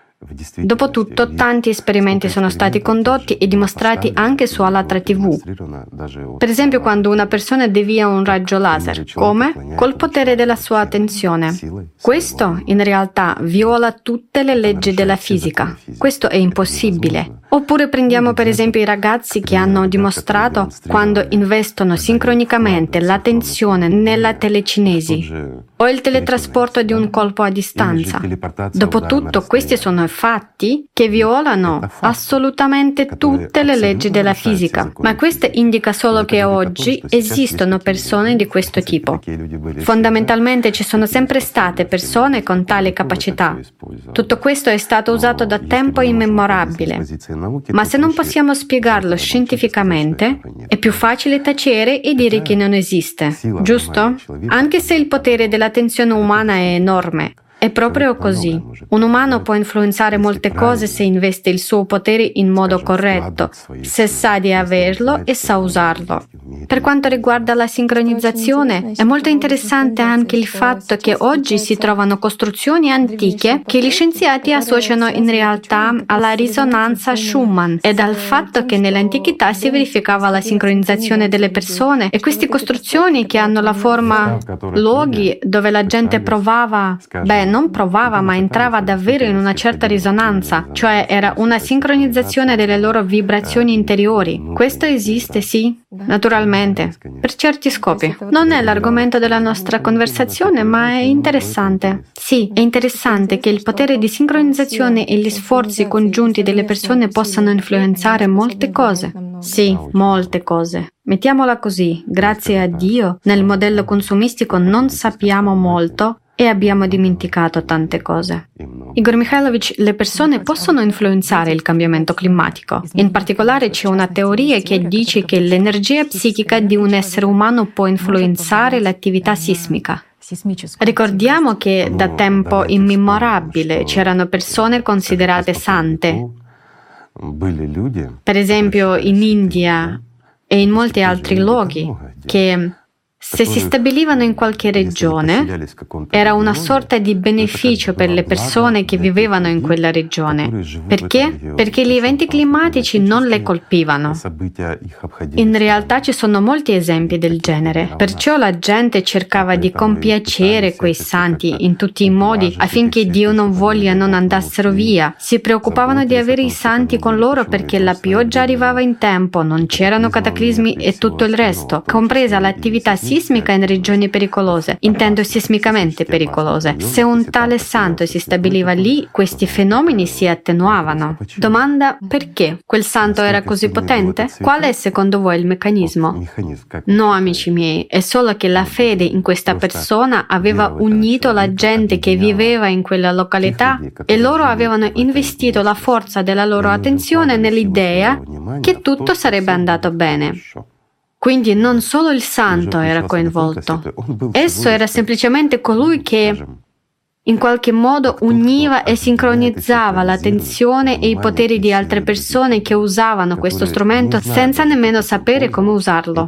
S2: Dopotutto, tanti esperimenti sono stati condotti e dimostrati anche su Allatra TV. Per esempio, quando una persona devia un raggio laser. Come? Col potere della sua attenzione. Questo, in realtà, viola tutte le leggi della fisica. Questo è impossibile. Oppure prendiamo per esempio i ragazzi che hanno dimostrato quando investono sincronicamente l'attenzione nella telecinesi o il teletrasporto di un colpo a distanza. Dopotutto, questi sono fatti che violano assolutamente tutte le leggi della fisica, ma questo indica solo che oggi esistono persone di questo tipo. Fondamentalmente ci sono sempre state persone con tale capacità. Tutto questo è stato usato da tempo immemorabile. Ma se non possiamo spiegarlo scientificamente, è più facile tacere e dire che non esiste, giusto? Anche se il potere dell'attenzione umana è enorme. È proprio così. Un umano può influenzare molte cose se investe il suo potere in modo corretto, se sa di averlo e sa usarlo. Per quanto riguarda la sincronizzazione, è molto interessante anche il fatto che oggi si trovano costruzioni antiche che gli scienziati associano in realtà alla risonanza Schumann e dal fatto che nell'antichità si verificava la sincronizzazione delle persone e queste costruzioni che hanno la forma luoghi dove la gente non provava, ma entrava davvero in una certa risonanza, cioè era una sincronizzazione delle loro vibrazioni interiori. Questo esiste, sì, naturalmente, per certi scopi. Non è l'argomento della nostra conversazione, ma è interessante. Sì, è interessante che il potere di sincronizzazione e gli sforzi congiunti delle persone possano influenzare molte cose. Sì, molte cose. Mettiamola così, grazie a Dio, nel modello consumistico non sappiamo molto e abbiamo dimenticato tante cose. Igor Mikhailovich, le persone possono influenzare il cambiamento climatico. In particolare c'è una teoria che dice che l'energia psichica di un essere umano può influenzare l'attività sismica. Ricordiamo che da tempo immemorabile c'erano persone considerate sante. Per esempio in India e in molti altri luoghi che
S1: Se si stabilivano in qualche regione, era una sorta di beneficio per le persone che vivevano in quella regione. Perché? Perché gli eventi climatici non le colpivano. In realtà ci sono molti esempi del genere. Perciò la gente cercava di compiacere quei santi in tutti i modi affinché Dio non voglia non andassero via. Si preoccupavano di avere i santi con loro perché la pioggia arrivava in tempo, non c'erano cataclismi e tutto il resto, compresa l'attività sismica in regioni pericolose, intendo sismicamente pericolose. Se un tale santo si stabiliva lì, questi fenomeni si attenuavano. Domanda: perché? Quel santo era così potente? Qual è secondo voi il meccanismo? No, amici miei, è solo che la fede in questa persona aveva unito la gente che viveva in quella località e loro avevano investito la forza della loro attenzione nell'idea che tutto sarebbe andato bene. Quindi non solo il santo era coinvolto, esso era semplicemente colui che in qualche modo univa e sincronizzava l'attenzione e i poteri di altre persone che usavano questo strumento senza nemmeno sapere come usarlo.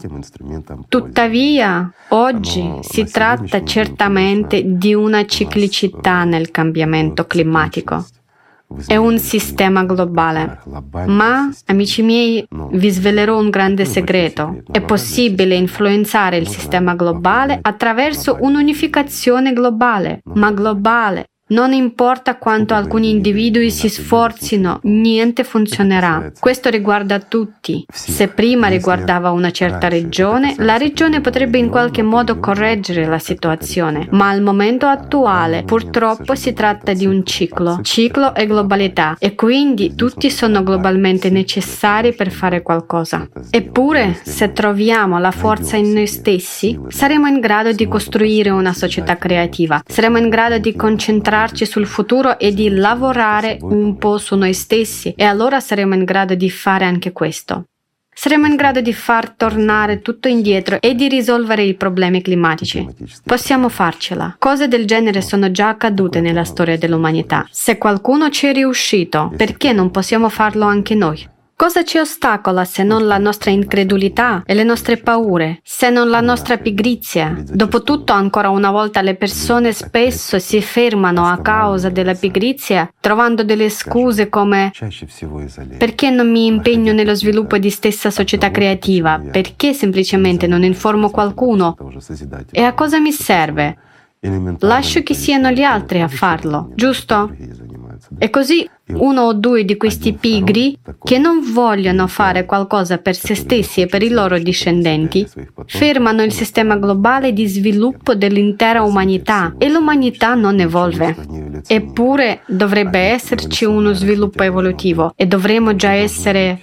S1: Tuttavia, oggi si tratta certamente di una ciclicità nel cambiamento climatico. È un sistema globale. Ma, amici miei, vi svelerò un grande segreto. È possibile influenzare il sistema globale attraverso un'unificazione globale, ma globale. Non importa quanto alcuni individui si sforzino, niente funzionerà. Questo riguarda tutti. Se prima riguardava una certa regione, la regione potrebbe in qualche modo correggere la situazione, ma al momento attuale purtroppo si tratta di un ciclo e globalità, e quindi tutti sono globalmente necessari per fare qualcosa. Eppure, se troviamo la forza in noi stessi, saremo in grado di costruire una società creativa, saremo in grado di concentrarci sul futuro e di lavorare un po' su noi stessi, e allora saremo in grado di fare anche questo. Saremo in grado di far tornare tutto indietro e di risolvere i problemi climatici. Possiamo farcela. Cose del genere sono già accadute nella storia dell'umanità. Se qualcuno ci è riuscito, perché non possiamo farlo anche noi? Cosa ci ostacola se non la nostra incredulità e le nostre paure, se non la nostra pigrizia? Dopotutto, ancora una volta, le persone spesso si fermano a causa della pigrizia, trovando delle scuse come: perché non mi impegno nello sviluppo di stessa società creativa? Perché semplicemente non informo qualcuno? E a cosa mi serve? Lascio che siano gli altri a farlo, giusto? E così uno o due di questi pigri, che non vogliono fare qualcosa per se stessi e per i loro discendenti, fermano il sistema globale di sviluppo dell'intera umanità, e l'umanità non evolve. Eppure dovrebbe esserci uno sviluppo evolutivo e dovremmo già essere,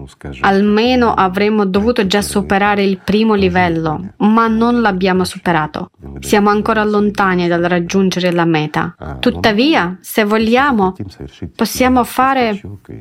S1: almeno avremmo dovuto già superare il primo livello, ma non l'abbiamo superato. Siamo ancora lontani dal raggiungere la meta. Tuttavia, se vogliamo, possiamo fare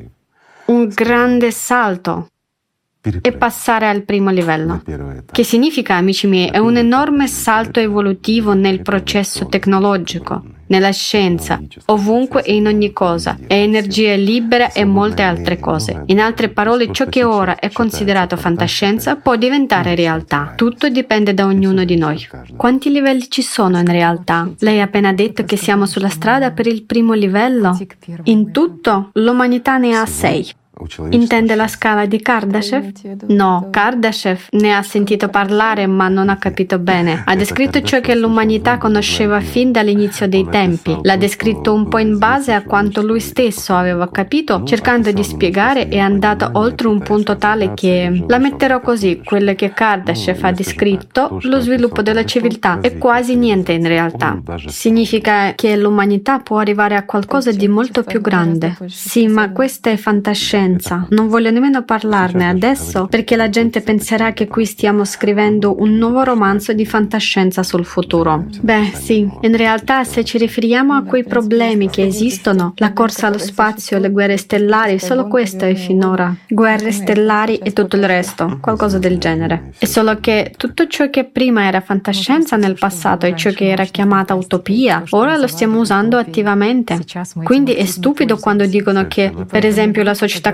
S1: un grande salto e passare al primo livello. Che significa, amici miei, è un enorme salto evolutivo nel processo tecnologico, nella scienza, ovunque e in ogni cosa, è energia libera e molte altre cose. In altre parole, ciò che ora è considerato fantascienza può diventare realtà. Tutto dipende da ognuno di noi. Quanti livelli ci sono in realtà? Lei ha appena detto che siamo sulla strada per il primo livello. In tutto, l'umanità ne ha 6. Intende la scala di Kardashev? No, Kardashev ne ha sentito parlare ma non ha capito bene. Ha descritto ciò che l'umanità conosceva fin dall'inizio dei tempi. L'ha descritto un po' in base a quanto lui stesso aveva capito, cercando di spiegare, e è andato oltre un punto tale che, la metterò così, quello che Kardashev ha descritto, lo sviluppo della civiltà, è quasi niente in realtà. Significa che l'umanità può arrivare a qualcosa di molto più grande. Sì, ma questa è fantascienza. Non voglio nemmeno parlarne adesso perché la gente penserà che qui stiamo scrivendo un nuovo romanzo di fantascienza sul futuro. Beh, sì, in realtà se ci riferiamo a quei problemi che esistono, la corsa allo spazio, le guerre stellari, solo questo è finora. Guerre stellari e tutto il resto, qualcosa del genere. È solo che tutto ciò che prima era fantascienza nel passato e ciò che era chiamata utopia, ora lo stiamo usando attivamente. Quindi è stupido quando dicono che, per esempio, la società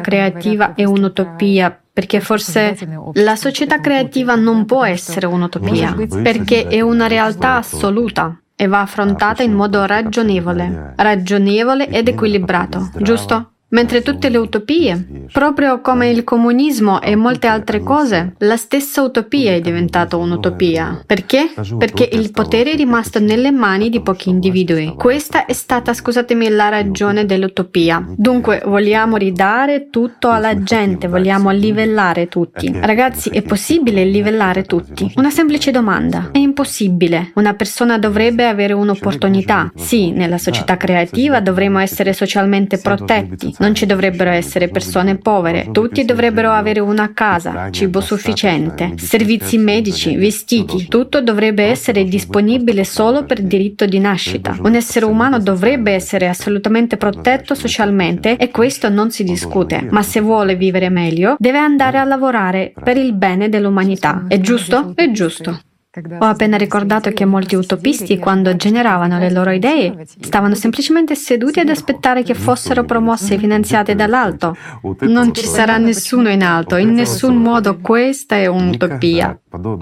S1: creativa è un'utopia, perché forse la società creativa non può essere un'utopia, perché è una realtà assoluta e va affrontata in modo ragionevole ed equilibrato, giusto? Mentre tutte le utopie, proprio come il comunismo e molte altre cose, la stessa utopia è diventata un'utopia. Perché? Perché il potere è rimasto nelle mani di pochi individui. Questa è stata, scusatemi, la ragione dell'utopia. Dunque, vogliamo ridare tutto alla gente, vogliamo livellare tutti. Ragazzi, è possibile livellare tutti? Una semplice domanda. È impossibile. Una persona dovrebbe avere un'opportunità. Sì, nella società creativa dovremo essere socialmente protetti. Non ci dovrebbero essere persone povere, tutti dovrebbero avere una casa, cibo sufficiente, servizi medici, vestiti, tutto dovrebbe essere disponibile solo per diritto di nascita. Un essere umano dovrebbe essere assolutamente protetto socialmente e questo non si discute, ma se vuole vivere meglio deve andare a lavorare per il bene dell'umanità. È giusto? È giusto. Ho appena ricordato che molti utopisti, quando generavano le loro idee, stavano semplicemente seduti ad aspettare che fossero promosse e finanziate dall'alto. Non ci sarà nessuno in alto, in nessun modo questa è un'utopia.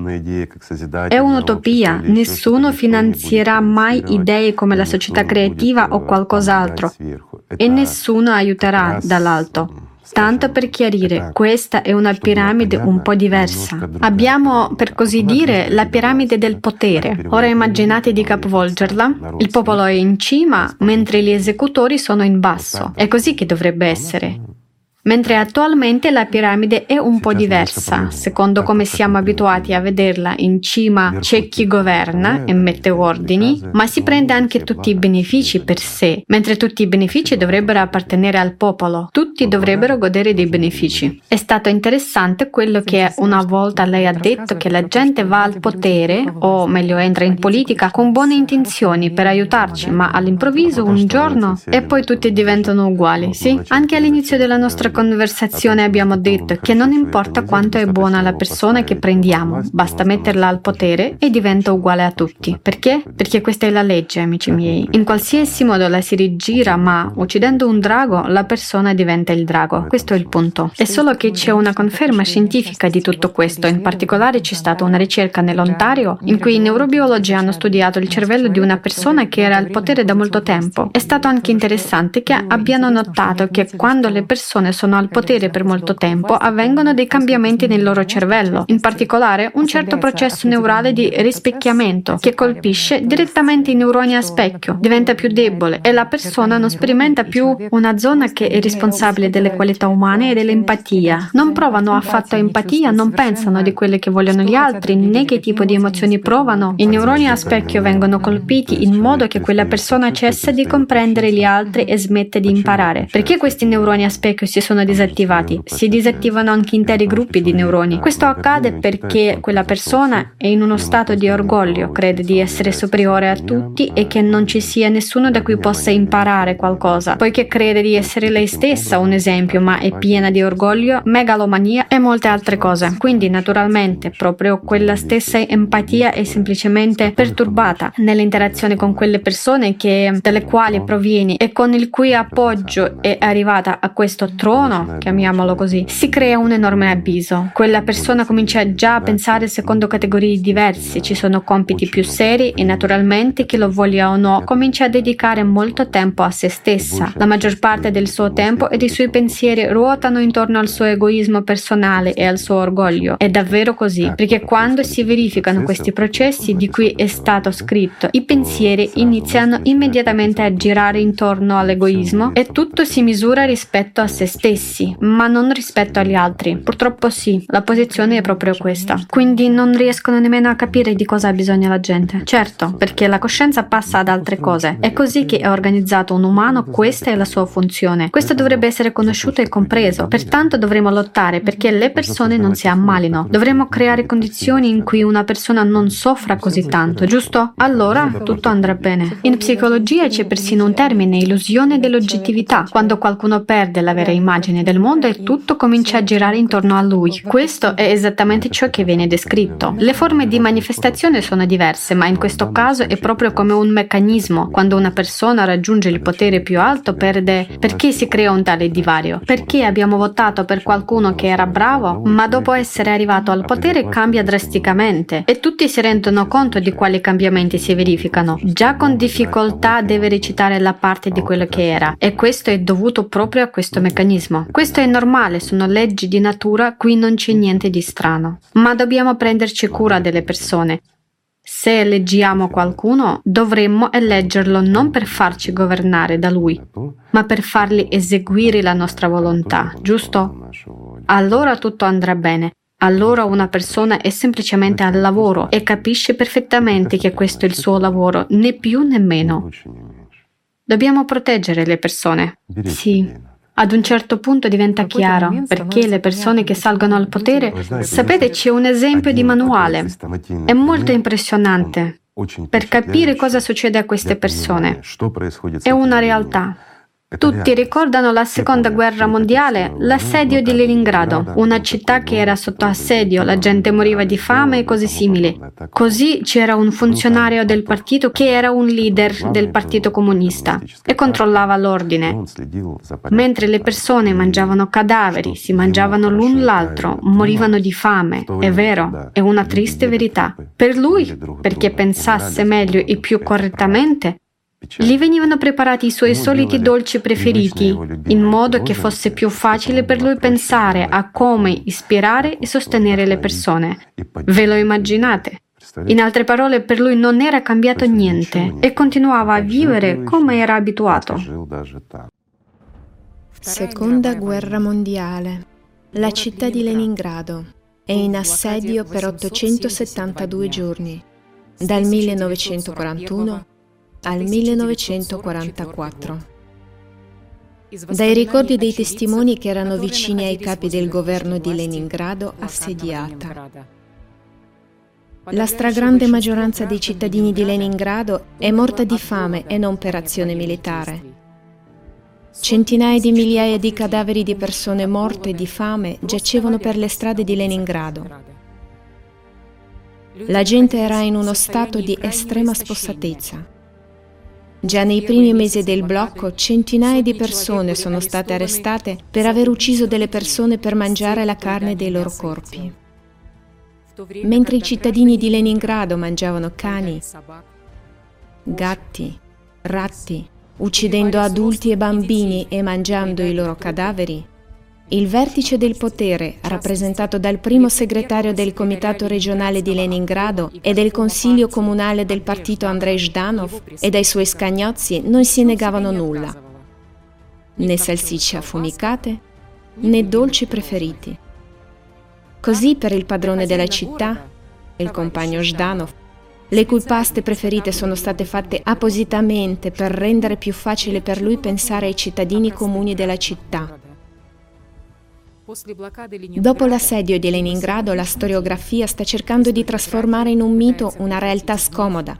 S1: È un'utopia, nessuno finanzierà mai idee come la società creativa o qualcos'altro e nessuno aiuterà dall'alto. Tanto per chiarire, questa è una piramide un po' diversa. Abbiamo, per così dire, la piramide del potere. Ora immaginate di capovolgerla. Il popolo è in cima, mentre gli esecutori sono in basso. È così che dovrebbe essere. Mentre attualmente la piramide è un po' diversa, secondo come siamo abituati a vederla. In cima c'è chi governa e mette ordini, ma si prende anche tutti i benefici per sé, mentre tutti i benefici dovrebbero appartenere al popolo. Tutti dovrebbero godere dei benefici. È stato interessante quello che una volta lei ha detto, che la gente va al potere, o meglio entra in politica, con buone intenzioni per aiutarci, ma all'improvviso un giorno e poi tutti diventano uguali, sì? Anche all'inizio della nostra conversazione abbiamo detto che non importa quanto è buona la persona che prendiamo, basta metterla al potere e diventa uguale a tutti. Perché? Perché questa è la legge, amici miei. In qualsiasi modo la si rigira, ma uccidendo un drago, la persona diventa il drago. Questo è il punto. È solo che c'è una conferma scientifica di tutto questo. In particolare c'è stata una ricerca nell'Ontario in cui i neurobiologi hanno studiato il cervello di una persona che era al potere da molto tempo. È stato anche interessante che abbiano notato che quando le persone sono al potere per molto tempo avvengono dei cambiamenti nel loro cervello, in particolare un certo processo neurale di rispecchiamento che colpisce direttamente i neuroni a specchio, diventa più debole e la persona non sperimenta più una zona che è responsabile delle qualità umane e dell'empatia. Non provano affatto empatia, non pensano di quelle che vogliono gli altri, né che tipo di emozioni provano. I neuroni a specchio vengono colpiti in modo che quella persona cessa di comprendere gli altri e smette di imparare. Perché questi neuroni a specchio si sono disattivati? Si disattivano anche interi gruppi di neuroni. Questo accade perché quella persona è in uno stato di orgoglio, crede di essere superiore a tutti e che non ci sia nessuno da cui possa imparare qualcosa, poiché crede di essere lei stessa un esempio, ma è piena di orgoglio, megalomania e molte altre cose. Quindi naturalmente proprio quella stessa empatia è semplicemente perturbata nell'interazione con quelle persone dalle quali provieni e con il cui appoggio è arrivata a questo trono, chiamiamolo così. Si crea un enorme abisso. Quella persona comincia già a pensare secondo categorie diverse, ci sono compiti più seri e naturalmente, chi lo voglia o no, comincia a dedicare molto tempo a se stessa. La maggior parte del suo tempo e dei suoi pensieri ruotano intorno al suo egoismo personale e al suo orgoglio. È davvero così, perché quando si verificano questi processi di cui è stato scritto, i pensieri iniziano immediatamente a girare intorno all'egoismo e tutto si misura rispetto a se stessi, ma non rispetto agli altri. Purtroppo sì, la posizione è proprio questa. Quindi non riescono nemmeno a capire di cosa ha bisogno la gente. Certo, perché la coscienza passa ad altre cose. È così che è organizzato un umano, questa è la sua funzione. Questo dovrebbe essere conosciuto e compreso. Pertanto dovremo lottare perché le persone non si ammalino. Dovremo creare condizioni in cui una persona non soffra così tanto, giusto? Allora tutto andrà bene. In psicologia c'è persino un termine, illusione dell'oggettività, quando qualcuno perde la vera immagine immagine del mondo e tutto comincia a girare intorno a lui. Questo è esattamente ciò che viene descritto. Le forme di manifestazione sono diverse, ma in questo caso è proprio come un meccanismo. Quando una persona raggiunge il potere più alto, perde. Perché si crea un tale divario? Perché abbiamo votato per qualcuno che era bravo, ma dopo essere arrivato al potere cambia drasticamente e tutti si rendono conto di quali cambiamenti si verificano. Già con difficoltà deve recitare la parte di quello che era, e questo è dovuto proprio a questo meccanismo. Questo è normale, sono leggi di natura, qui non c'è niente di strano. Ma dobbiamo prenderci cura delle persone. Se eleggiamo qualcuno, dovremmo eleggerlo non per farci governare da lui, ma per fargli eseguire la nostra volontà, giusto? Allora tutto andrà bene. Allora una persona è semplicemente al lavoro e capisce perfettamente che questo è il suo lavoro, né più né meno. Dobbiamo proteggere le persone. Sì. Ad un certo punto diventa chiaro perché le persone che salgono al potere, sapete, c'è un esempio di manuale. È molto impressionante per capire cosa succede a queste persone. È una realtà. Tutti ricordano la Seconda Guerra Mondiale, l'assedio di Leningrado, una città che era sotto assedio, la gente moriva di fame e cose simili. Così c'era un funzionario del partito che era un leader del Partito Comunista e controllava l'ordine. Mentre le persone mangiavano cadaveri, si mangiavano l'un l'altro, morivano di fame. È vero, è una triste verità. Per lui, perché pensasse meglio e più correttamente, gli venivano preparati i suoi soliti dolci preferiti, in modo che fosse più facile per lui pensare a come ispirare e sostenere le persone. Ve lo immaginate? In altre parole, per lui non era cambiato niente e continuava a vivere come era abituato.
S3: Seconda Guerra Mondiale. La città di Leningrado è in assedio per 872 giorni, dal 1941 al 1944. Dai ricordi dei testimoni che erano vicini ai capi del governo di Leningrado assediata. La stragrande maggioranza dei cittadini di Leningrado è morta di fame e non per azione militare. Centinaia di migliaia di cadaveri di persone morte di fame giacevano per le strade di Leningrado. La gente era in uno stato di estrema spossatezza. Già nei primi mesi del blocco, centinaia di persone sono state arrestate per aver ucciso delle persone per mangiare la carne dei loro corpi. Mentre i cittadini di Leningrado mangiavano cani, gatti, ratti, uccidendo adulti e bambini e mangiando i loro cadaveri, il vertice del potere, rappresentato dal primo segretario del Comitato regionale di Leningrado e del Consiglio comunale del partito Andrei Zhdanov e dai suoi scagnozzi, non si negavano nulla, né salsicce affumicate, né dolci preferiti. Così per il padrone della città, il compagno Zhdanov, le cui paste preferite sono state fatte appositamente per rendere più facile per lui pensare ai cittadini comuni della città. Dopo l'assedio di Leningrado, la storiografia sta cercando di trasformare in un mito una realtà scomoda,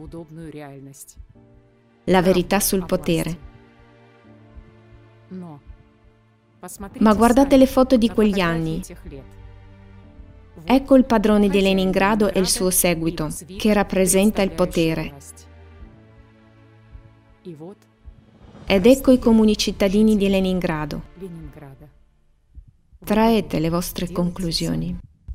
S3: la verità sul potere. Ma guardate le foto di quegli anni. Ecco il padrone di Leningrado e il suo seguito, che rappresenta il potere. Ed ecco i comuni cittadini di Leningrado. Traete le vostre conclusioni.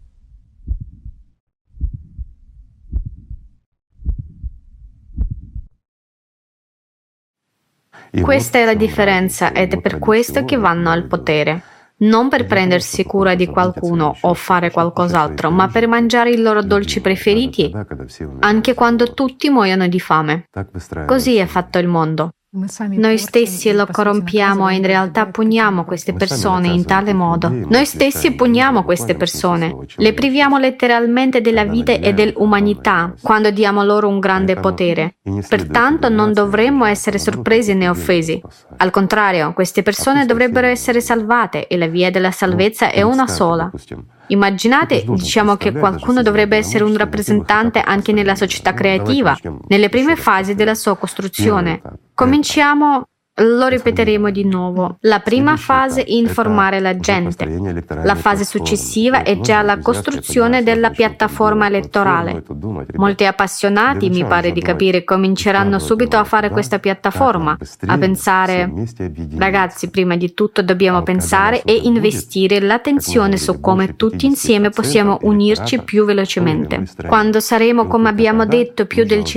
S1: Questa è la differenza ed è per questo che vanno al potere. Non per prendersi cura di qualcuno o fare qualcos'altro, ma per mangiare i loro dolci preferiti, anche quando tutti muoiono di fame. Così è fatto il mondo. Noi stessi lo corrompiamo e in realtà puniamo queste persone in tale modo. Noi stessi puniamo queste persone. Le priviamo letteralmente della vita e dell'umanità quando diamo loro un grande potere. Pertanto non dovremmo essere sorpresi né offesi. Al contrario, queste persone dovrebbero essere salvate e la via della salvezza è una sola. Immaginate, diciamo che qualcuno dovrebbe essere un rappresentante anche nella società creativa, nelle prime fasi della sua costruzione. Cominciamo Lo ripeteremo di nuovo. La prima fase è informare la gente. La fase successiva è già la costruzione della piattaforma elettorale. Molti appassionati, mi pare di capire, cominceranno subito a fare questa piattaforma, a pensare: ragazzi, prima di tutto dobbiamo pensare e investire l'attenzione su come tutti insieme possiamo unirci più velocemente. Quando saremo, come abbiamo detto, più del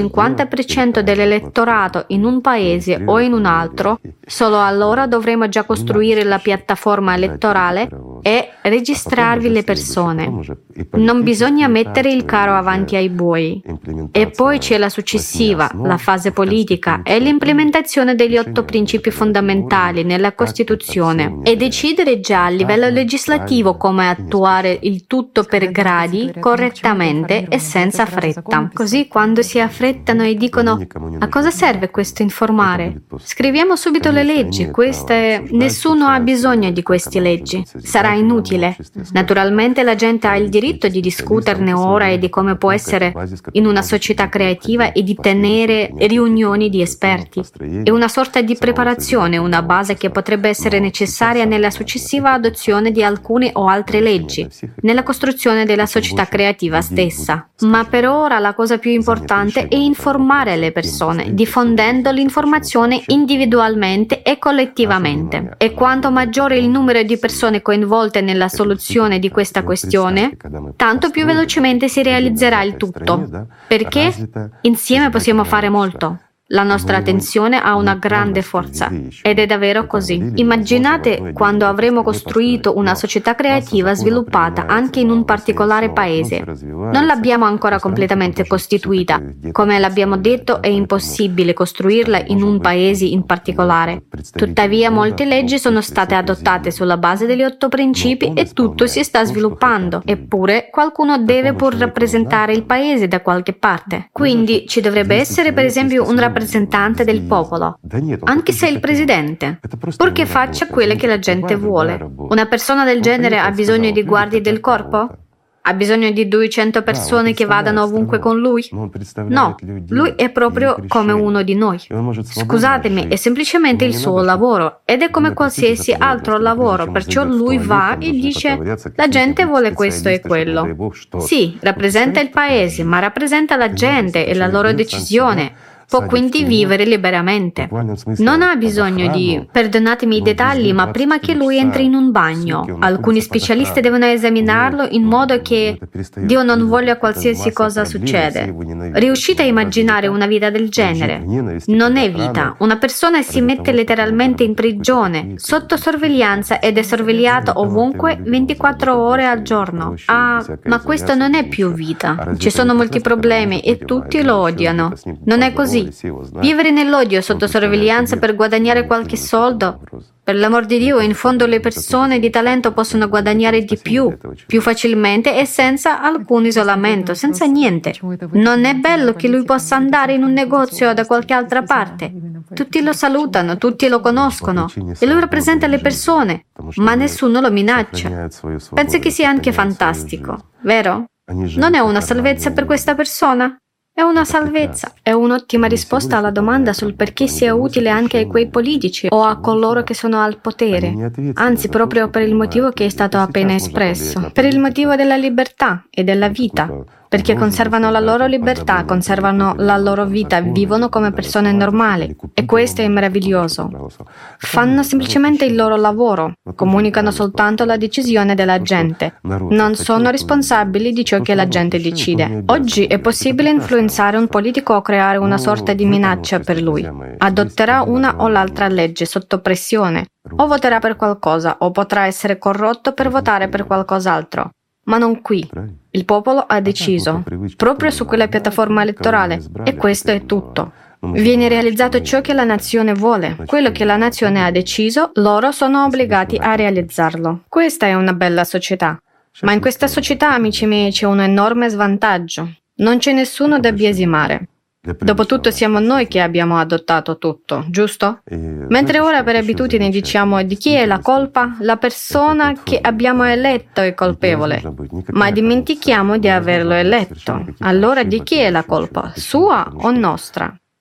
S1: 50% dell'elettorato in un paese o in un altro, solo allora dovremo già costruire la piattaforma elettorale e registrarvi le persone. Non bisogna mettere il carro avanti ai buoi. E poi c'è la successiva, la fase politica e l'implementazione degli 8 principi fondamentali nella Costituzione e decidere già a livello legislativo come attuare il tutto per gradi, correttamente e senza fretta. Così quando si affrettano e dicono: a cosa serve questo informare? Scriviamo subito le leggi, nessuno ha bisogno di queste leggi, sarà inutile. Naturalmente la gente ha il diritto di discuterne ora e di come può essere in una società creativa e di tenere riunioni di esperti. È una sorta di preparazione, una base che potrebbe essere necessaria nella successiva adozione di alcune o altre leggi, nella costruzione della società creativa stessa. Ma per ora la cosa più importante è informare le persone, diffondendo l'informazione individualmente e collettivamente. E quanto maggiore il numero di persone coinvolte nella soluzione di questa questione, tanto più velocemente si realizzerà il tutto, perché insieme possiamo fare molto. La nostra attenzione ha una grande forza ed è davvero così. Immaginate quando avremo costruito una società creativa sviluppata anche in un particolare paese. Non l'abbiamo ancora completamente costituita. Come l'abbiamo detto, è impossibile costruirla in un paese in particolare. Tuttavia, molte leggi sono state adottate sulla base degli 8 principi e tutto si sta sviluppando. Eppure, qualcuno deve pur rappresentare il paese da qualche parte. Quindi ci dovrebbe essere, per esempio, un rappresentante del popolo, anche se è il presidente, purché faccia quello che la gente vuole. Una persona del genere ha bisogno di guardie del corpo? Ha bisogno di 200 persone che vadano ovunque con lui? No, lui è proprio come uno di noi. Scusatemi, è semplicemente il suo lavoro ed è come qualsiasi altro lavoro, perciò lui va e dice: la gente vuole questo e quello. Sì, rappresenta il paese, ma rappresenta la gente e la loro decisione. Può quindi vivere liberamente. Non ha bisogno di, perdonatemi i dettagli, ma prima che lui entri in un bagno, alcuni specialisti devono esaminarlo in modo che Dio non voglia qualsiasi cosa succede. Riuscite a immaginare una vita del genere? Non è vita. Una persona si mette letteralmente in prigione, sotto sorveglianza ed è sorvegliato ovunque 24 ore al giorno. Ah, ma questo non è più vita. Ci sono molti problemi e tutti lo odiano. Non è così. Vivere nell'odio sotto sorveglianza per guadagnare qualche soldo? Per l'amor di Dio, in fondo le persone di talento possono guadagnare di più facilmente e senza alcun isolamento, senza niente. Non è bello che lui possa andare in un negozio o da qualche altra parte. Tutti lo salutano, tutti lo conoscono e lui rappresenta le persone, ma nessuno lo minaccia. Penso che sia anche fantastico, vero? Non è una salvezza per questa persona? È una salvezza. È un'ottima risposta alla domanda sul perché sia utile anche a quei politici o a coloro che sono al potere. Anzi, proprio per il motivo che è stato appena espresso. Per il motivo della libertà e della vita. Perché conservano la loro libertà, conservano la loro vita, vivono come persone normali. E questo è meraviglioso. Fanno semplicemente il loro lavoro, comunicano soltanto la decisione della gente. Non sono responsabili di ciò che la gente decide. Oggi è possibile influenzare un politico o creare una sorta di minaccia per lui. Adotterà una o l'altra legge sotto pressione, o voterà per qualcosa, o potrà essere corrotto per votare per qualcos'altro. Ma non qui. Il popolo ha deciso, proprio su quella piattaforma elettorale, e questo è tutto. Viene realizzato ciò che la nazione vuole. Quello che la nazione ha deciso, loro sono obbligati a realizzarlo. Questa è una bella società. Ma in questa società, amici miei, c'è un enorme svantaggio. Non c'è nessuno da biasimare. Dopotutto siamo noi che abbiamo adottato tutto, giusto? Mentre ora per abitudine diciamo di chi è la colpa? La persona che abbiamo eletto è colpevole, ma dimentichiamo di averlo eletto. Allora di chi è la colpa? Sua o nostra?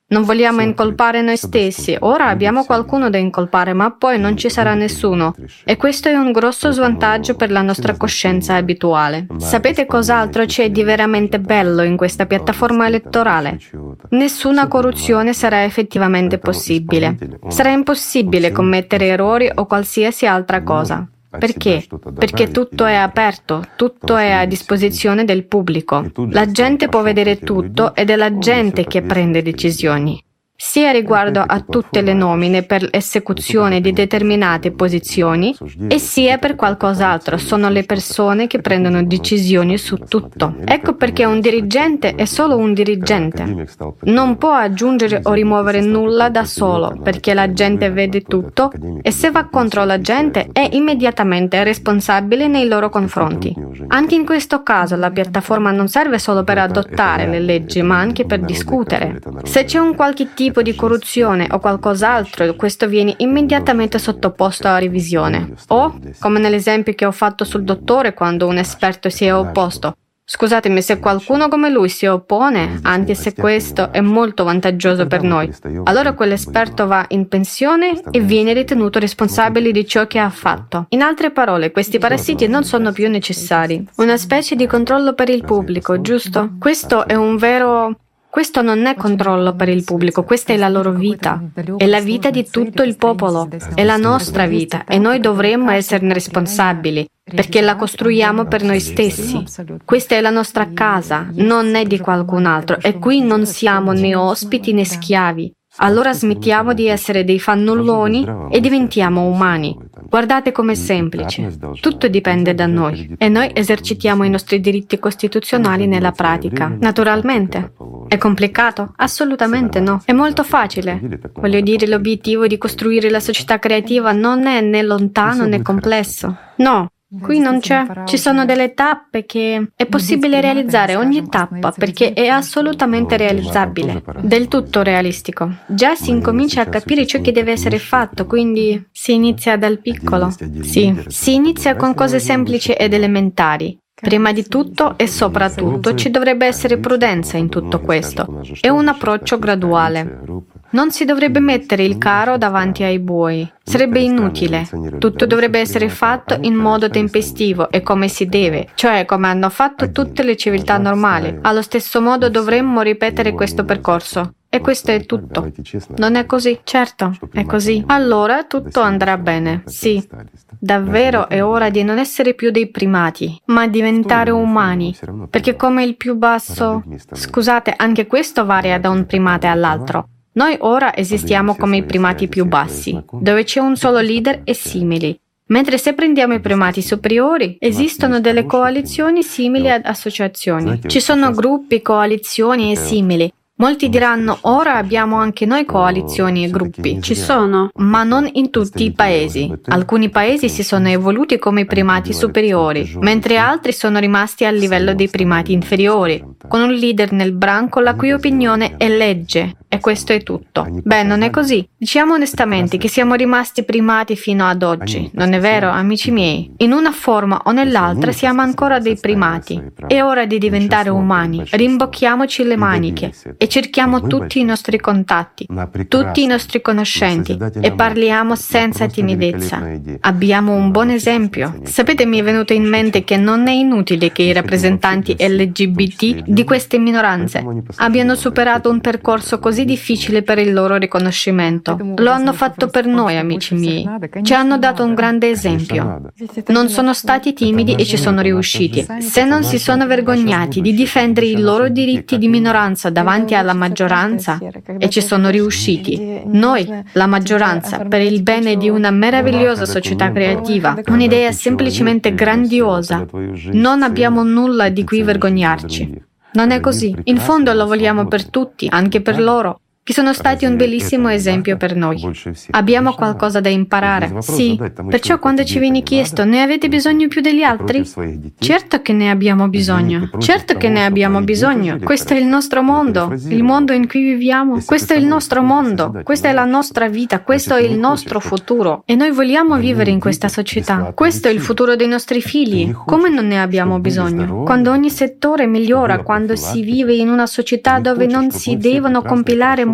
S1: Non vogliamo incolpare noi stessi. Ora abbiamo qualcuno da incolpare, ma poi non ci sarà nessuno. E questo è un grosso svantaggio per la nostra coscienza abituale. Sapete cos'altro c'è di veramente bello in questa piattaforma elettorale? Nessuna corruzione sarà effettivamente possibile. Sarà impossibile commettere errori o qualsiasi altra cosa. Perché? Perché tutto è aperto, tutto è a disposizione del pubblico. La gente può vedere tutto ed è la gente che prende decisioni. Sia riguardo a tutte le nomine per l'esecuzione di determinate posizioni e sia per qualcos'altro, sono le persone che prendono decisioni su tutto. Ecco perché un dirigente è solo un dirigente. Non può aggiungere o rimuovere nulla da solo, perché la gente vede tutto e se va contro la gente è immediatamente responsabile nei loro confronti. Anche in questo caso la piattaforma non serve solo per adottare le leggi, ma anche per discutere. Se c'è un qualche tipo di corruzione o qualcos'altro, questo viene immediatamente sottoposto a revisione. O, come nell'esempio che ho fatto sul dottore quando un esperto si è opposto. Scusatemi, se qualcuno come lui si oppone, anche se questo è molto vantaggioso per noi, allora quell'esperto va in pensione e viene ritenuto responsabile di ciò che ha fatto. In altre parole, questi parassiti non sono più necessari. Una specie di controllo per il pubblico, giusto? Questo non è controllo per il pubblico, questa è la loro vita, è la vita di tutto il popolo, è la nostra vita e noi dovremmo esserne responsabili perché la costruiamo per noi stessi. Questa è la nostra casa, non è di qualcun altro e qui non siamo né ospiti né schiavi. Allora smettiamo di essere dei fannulloni e diventiamo umani. Guardate com'è semplice. Tutto dipende da noi e noi esercitiamo i nostri diritti costituzionali nella pratica. Naturalmente. È complicato? Assolutamente no. È molto facile. Voglio dire, l'obiettivo di costruire la società creativa non è né lontano né complesso. No. Qui non c'è, ci sono delle tappe che è possibile realizzare ogni tappa perché è assolutamente realizzabile, del tutto realistico. Già si incomincia a capire ciò che deve essere fatto, quindi si inizia dal piccolo. Sì, si inizia con cose semplici ed elementari. Prima di tutto e soprattutto ci dovrebbe essere prudenza in tutto questo. È un approccio graduale. Non si dovrebbe mettere il carro davanti ai buoi. Sarebbe inutile. Tutto dovrebbe essere fatto in modo tempestivo e come si deve, cioè come hanno fatto tutte le civiltà normali. Allo stesso modo dovremmo ripetere questo percorso. E questo è tutto. Non è così? Certo, è così. Allora tutto andrà bene. Sì. Davvero è ora di non essere più dei primati, ma diventare umani. Perché come il più basso... Scusate, anche questo varia da un primate all'altro. Noi ora esistiamo come i primati più bassi, dove c'è un solo leader e simili. Mentre se prendiamo i primati superiori, esistono delle coalizioni simili ad associazioni. Ci sono gruppi, coalizioni e simili. Molti diranno, ora abbiamo anche noi coalizioni e gruppi. Ci sono, ma non in tutti i paesi. Alcuni paesi si sono evoluti come i primati superiori, mentre altri sono rimasti al livello dei primati inferiori, con un leader nel branco la cui opinione è legge. E questo è tutto. Beh, non è così. Diciamo onestamente che siamo rimasti primati fino ad oggi. Non è vero, amici miei? In una forma o nell'altra siamo ancora dei primati. È ora di diventare umani. Rimbocchiamoci le maniche e cerchiamo tutti i nostri contatti, tutti i nostri conoscenti e parliamo senza timidezza. Abbiamo un buon esempio. Sapete, mi è venuto in mente che non è inutile che i rappresentanti LGBT di queste minoranze abbiano superato un percorso così difficile per il loro riconoscimento. Lo hanno fatto per noi, amici miei. Ci hanno dato un grande esempio. Non sono stati timidi e ci sono riusciti. Se non si sono vergognati di difendere i loro diritti di minoranza davanti alla maggioranza e ci sono riusciti. Noi, la maggioranza, per il bene di una meravigliosa società creativa, un'idea semplicemente grandiosa. Non abbiamo nulla di cui vergognarci. Non è così. In fondo lo vogliamo per tutti, anche per loro, che sono stati un bellissimo esempio per noi. Abbiamo qualcosa da imparare. Sì, perciò quando ci viene chiesto, ne avete bisogno più degli altri? Certo che ne abbiamo bisogno. Certo che ne abbiamo bisogno. Questo è il nostro mondo, il mondo in cui viviamo. Questo è il nostro mondo, questa è la nostra vita, questo è il nostro futuro. E noi vogliamo vivere in questa società. Questo è il futuro dei nostri figli. Come non ne abbiamo bisogno? Quando ogni settore migliora, quando si vive in una società dove non si devono compilare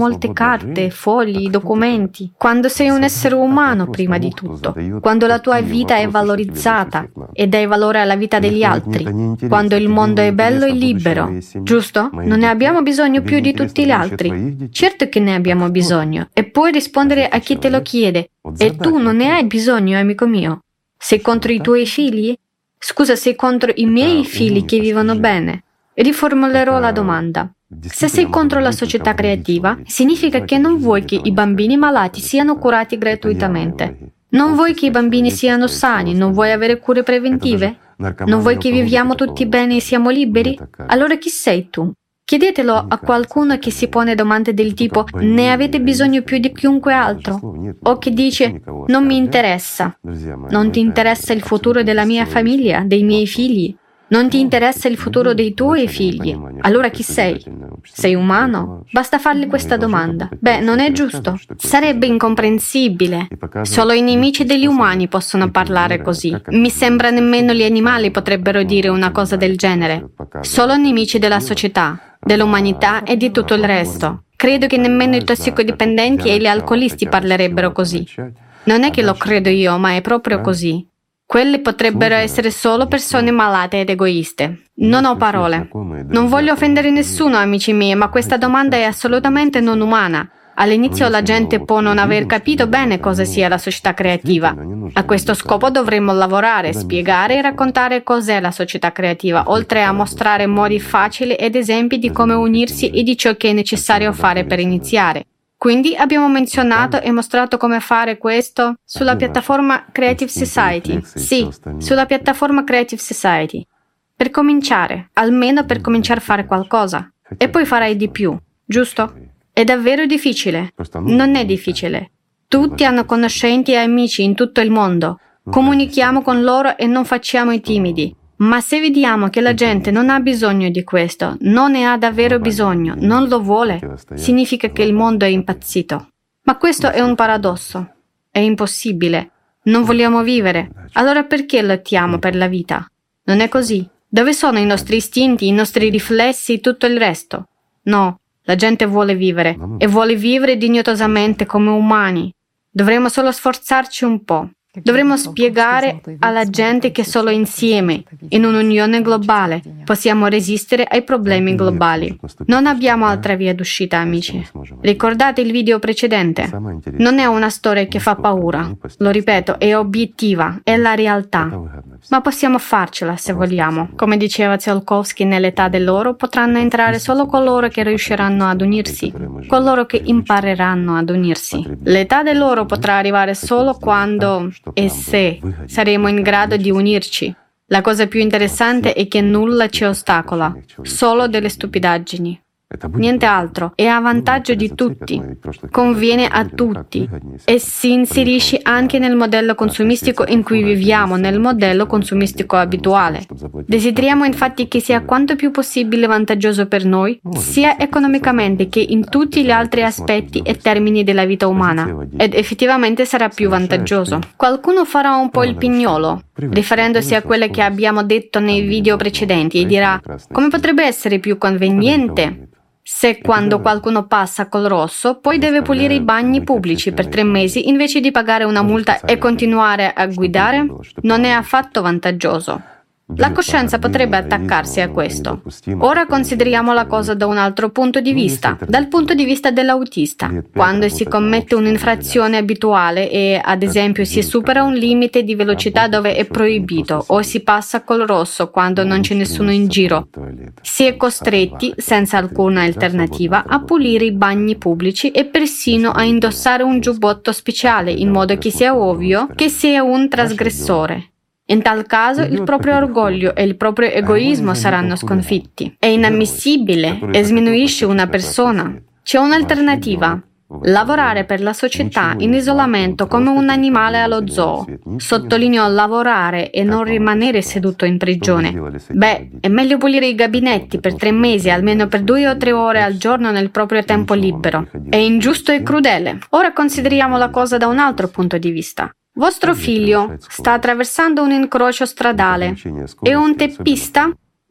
S2: molte carte, fogli, documenti, quando sei un essere umano prima di tutto, quando la tua vita è valorizzata e dai valore alla vita degli altri, quando il mondo è bello e libero, giusto? Non ne abbiamo bisogno più di tutti gli altri. Certo che ne abbiamo bisogno, e puoi rispondere a chi te lo chiede. E tu non ne hai bisogno, amico mio. Sei contro i tuoi figli? Scusa, sei contro i miei figli che vivono bene? Riformulerò la domanda. Se sei contro la società creativa, significa che non vuoi che i bambini malati siano curati gratuitamente. Non vuoi che i bambini siano sani, non vuoi avere cure preventive? Non vuoi che viviamo tutti bene e siamo liberi? Allora chi sei tu? Chiedetelo a qualcuno che si pone domande del tipo «Ne avete bisogno più di chiunque altro?» o che dice «Non mi interessa». Non ti interessa il futuro della mia famiglia, dei miei figli? Non ti interessa il futuro dei tuoi figli? Allora chi sei? Sei umano? Basta fargli questa domanda. Beh, non è giusto. Sarebbe incomprensibile. Solo i nemici degli umani possono parlare così. Mi sembra nemmeno gli animali potrebbero dire una cosa del genere. Solo nemici della società, dell'umanità e di tutto il resto. Credo che nemmeno i tossicodipendenti e gli alcolisti parlerebbero così. Non è che lo credo io, ma è proprio così. Quelle potrebbero essere solo persone malate ed egoiste. Non ho parole. Non voglio offendere nessuno, amici miei, ma questa domanda è assolutamente non umana. All'inizio la gente può non aver capito bene cosa sia la società creativa. A questo scopo dovremmo lavorare, spiegare e raccontare cos'è la società creativa, oltre a mostrare modi facili ed esempi di come unirsi e di ciò che è necessario fare per iniziare. Quindi abbiamo menzionato e mostrato come fare questo sulla piattaforma Creative Society. Sì, sulla piattaforma Creative Society. Per cominciare, almeno per cominciare a fare qualcosa. E poi farai di più, giusto? È davvero difficile? Non è difficile. Tutti hanno conoscenti e amici in tutto il mondo. Comunichiamo con loro e non facciamo i timidi. Ma se vediamo che la gente non ha bisogno di questo, non ne ha davvero bisogno, non lo vuole, significa che il mondo è impazzito. Ma questo è un paradosso. È impossibile. Non vogliamo vivere. Allora perché lottiamo per la vita? Non è così. Dove sono i nostri istinti, i nostri riflessi e tutto il resto? No, la gente vuole vivere e vuole vivere dignitosamente come umani. Dovremmo solo sforzarci un po'. Dovremmo spiegare alla gente che solo insieme, in un'unione globale, possiamo resistere ai problemi globali. Non abbiamo altra via d'uscita, amici. Ricordate il video precedente? Non è una storia che fa paura. Lo ripeto, è obiettiva, è la realtà. Ma possiamo farcela se vogliamo. Come diceva Tsiolkovsky, nell'età dell'oro potranno entrare solo coloro che riusciranno ad unirsi, coloro che impareranno ad unirsi. L'età dell'oro potrà arrivare solo quando e se saremo in grado di unirci. La cosa più interessante è che nulla ci ostacola, solo delle stupidaggini. Niente altro, è a vantaggio di tutti, conviene a tutti e si inserisce anche nel modello consumistico in cui viviamo, nel modello consumistico abituale. Desideriamo infatti che sia quanto più possibile vantaggioso per noi, sia economicamente che in tutti gli altri aspetti e termini della vita umana, ed effettivamente sarà più vantaggioso. Qualcuno farà un po' il pignolo, riferendosi a quelle che abbiamo detto nei video precedenti, e dirà: come potrebbe essere più conveniente se quando qualcuno passa col rosso poi deve pulire i bagni pubblici per 3 mesi invece di pagare una multa e continuare a guidare? Non è affatto vantaggioso. La coscienza potrebbe attaccarsi a questo. Ora consideriamo la cosa da un altro punto di vista, dal punto di vista dell'autista. Quando si commette un'infrazione abituale e, ad esempio, si supera un limite di velocità dove è proibito o si passa col rosso quando non c'è nessuno in giro, si è costretti, senza alcuna alternativa, a pulire i bagni pubblici e persino a indossare un giubbotto speciale in modo che sia ovvio che sia un trasgressore. In tal caso il proprio orgoglio e il proprio egoismo saranno sconfitti. È inammissibile e sminuisce una persona. C'è un'alternativa. Lavorare per la società in isolamento come un animale allo zoo. Sottolineo lavorare e non rimanere seduto in prigione. Beh, è meglio pulire i gabinetti per 3 mesi, almeno per 2 o 3 ore al giorno nel proprio tempo libero. È ingiusto e crudele. Ora consideriamo la cosa da un altro punto di vista. Vostro figlio sta attraversando un incrocio stradale e un teppista,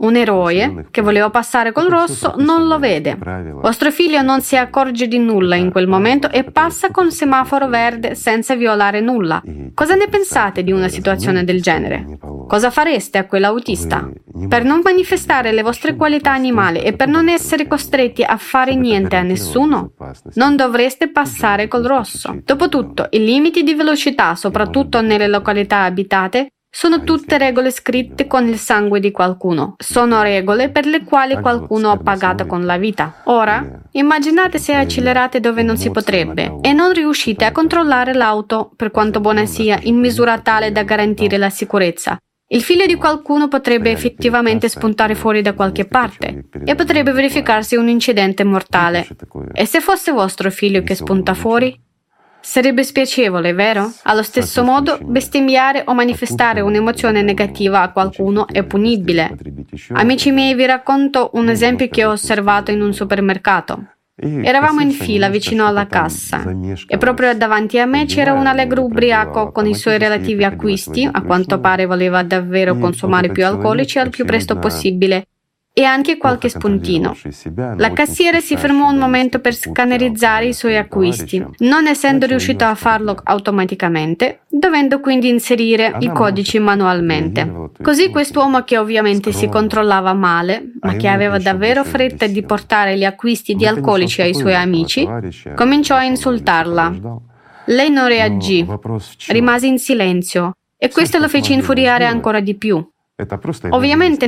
S1: Un eroe che voleva passare col rosso non lo vede. Vostro figlio non si accorge di nulla in quel momento e passa con semaforo verde senza violare nulla. Cosa ne pensate di una situazione del genere? Cosa fareste a quell'autista? Per non manifestare le vostre qualità animali e per non essere costretti a fare niente a nessuno, non dovreste passare col rosso. Dopotutto, i limiti di velocità, soprattutto nelle località abitate, sono tutte regole scritte con il sangue di qualcuno. Sono regole per le quali qualcuno ha pagato con la vita. Ora, immaginate se accelerate dove non si potrebbe e non riuscite a controllare l'auto, per quanto buona sia, in misura tale da garantire la sicurezza. Il figlio di qualcuno potrebbe effettivamente spuntare fuori da qualche parte e potrebbe verificarsi un incidente mortale. E se fosse vostro figlio che spunta fuori? Sarebbe spiacevole, vero? Allo stesso modo, bestemmiare o manifestare un'emozione negativa a qualcuno è punibile. Amici miei, vi racconto un esempio che ho osservato in un supermercato. Eravamo in fila vicino alla cassa e proprio davanti a me c'era un allegro ubriaco con i suoi relativi acquisti, a quanto pare voleva davvero consumare più alcolici al più presto possibile, e anche qualche spuntino. La cassiera si fermò un momento per scannerizzare i suoi acquisti, non essendo riuscito a farlo automaticamente, dovendo quindi inserire i codici manualmente. Così quest'uomo, che ovviamente si controllava male, ma che aveva davvero fretta di portare gli acquisti di alcolici ai suoi amici, cominciò a insultarla. Lei non reagì, rimase in silenzio, e questo lo fece infuriare ancora di più. Ovviamente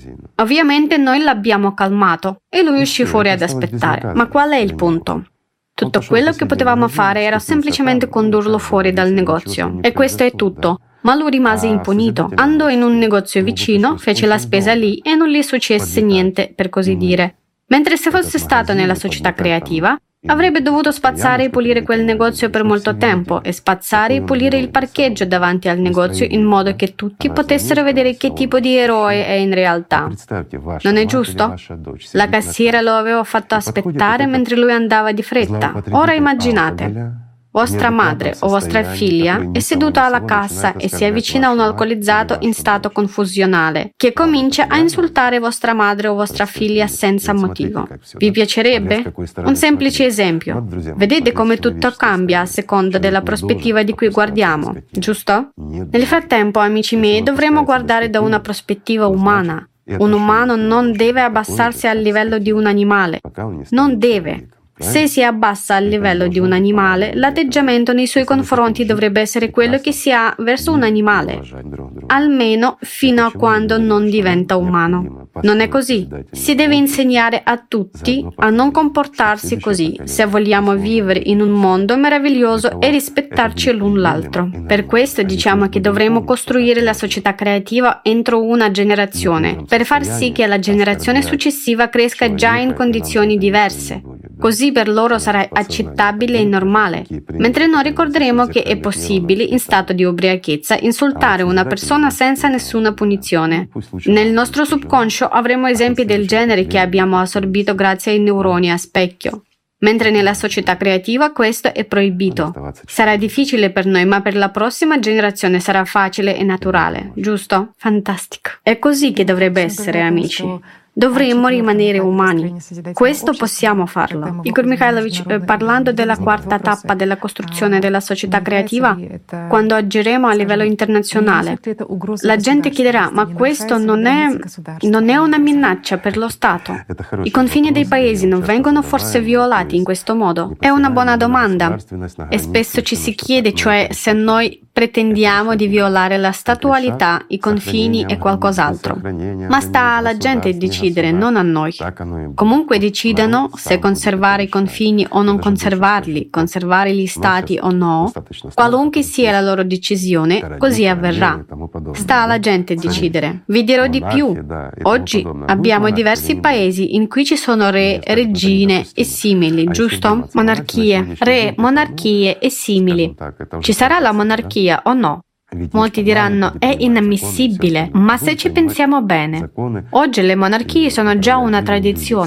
S1: noi l'abbiamo calmato e lui uscì fuori ad aspettare. Ma qual è il punto? Tutto quello che potevamo fare era semplicemente condurlo fuori dal negozio. E questo è tutto. Ma lui rimase impunito. Andò in un negozio vicino, fece la spesa lì e non gli successe niente, per così dire. Mentre se fosse stato nella società creativa, avrebbe dovuto spazzare e pulire quel negozio per molto tempo e spazzare e pulire il parcheggio davanti al negozio in modo che tutti potessero vedere che tipo di eroe è in realtà. Non è giusto? La cassiera lo aveva fatto aspettare mentre lui andava di fretta. Ora immaginate. Vostra madre o vostra figlia è seduta alla cassa e si avvicina a un alcolizzato in stato confusionale che comincia a insultare vostra madre o vostra figlia senza motivo. Vi piacerebbe? Un semplice esempio. Vedete come tutto cambia a seconda della prospettiva di cui guardiamo, giusto? Nel frattempo, amici miei, dovremo guardare da una prospettiva umana. Un umano non deve abbassarsi al livello di un animale. Non deve. Se si abbassa al livello di un animale, l'atteggiamento nei suoi confronti dovrebbe essere quello che si ha verso un animale, almeno fino a quando non diventa umano. Non è così. Si deve insegnare a tutti a non comportarsi così se vogliamo vivere in un mondo meraviglioso e rispettarci l'un l'altro. Per questo diciamo che dovremo costruire la società creativa entro una generazione, per far sì che la generazione successiva cresca già in condizioni diverse. Così per loro sarà accettabile e normale, mentre noi ricorderemo che è possibile, in stato di ubriachezza, insultare una persona senza nessuna punizione. Nel nostro subconscio avremo esempi del genere che abbiamo assorbito grazie ai neuroni a specchio. Mentre nella società creativa questo è proibito. Sarà difficile per noi, ma per la prossima generazione sarà facile e naturale, giusto? Fantastico. È così che dovrebbe essere, amici. Dovremmo rimanere umani. Questo possiamo farlo. Igor Mikhailovich, parlando della quarta tappa della costruzione della società creativa, quando agiremo a livello internazionale, la gente chiederà: ma questo non è una minaccia per lo Stato? I confini dei paesi non vengono forse violati in questo modo? È una buona domanda. E spesso ci si chiede, cioè, se noi pretendiamo di violare la statualità, i confini e qualcos'altro. Ma sta alla gente decidere, non a noi. Comunque decidano se conservare i confini o non conservarli, conservare gli stati o no, qualunque sia la loro decisione, così avverrà. Sta alla gente decidere. Vi dirò di più. Oggi abbiamo diversi paesi in cui ci sono re, regine e simili, giusto? Monarchie, re, monarchie e simili. Ci sarà la monarchia o no? Molti diranno è inammissibile, ma se ci pensiamo bene, oggi le monarchie sono già una tradizione.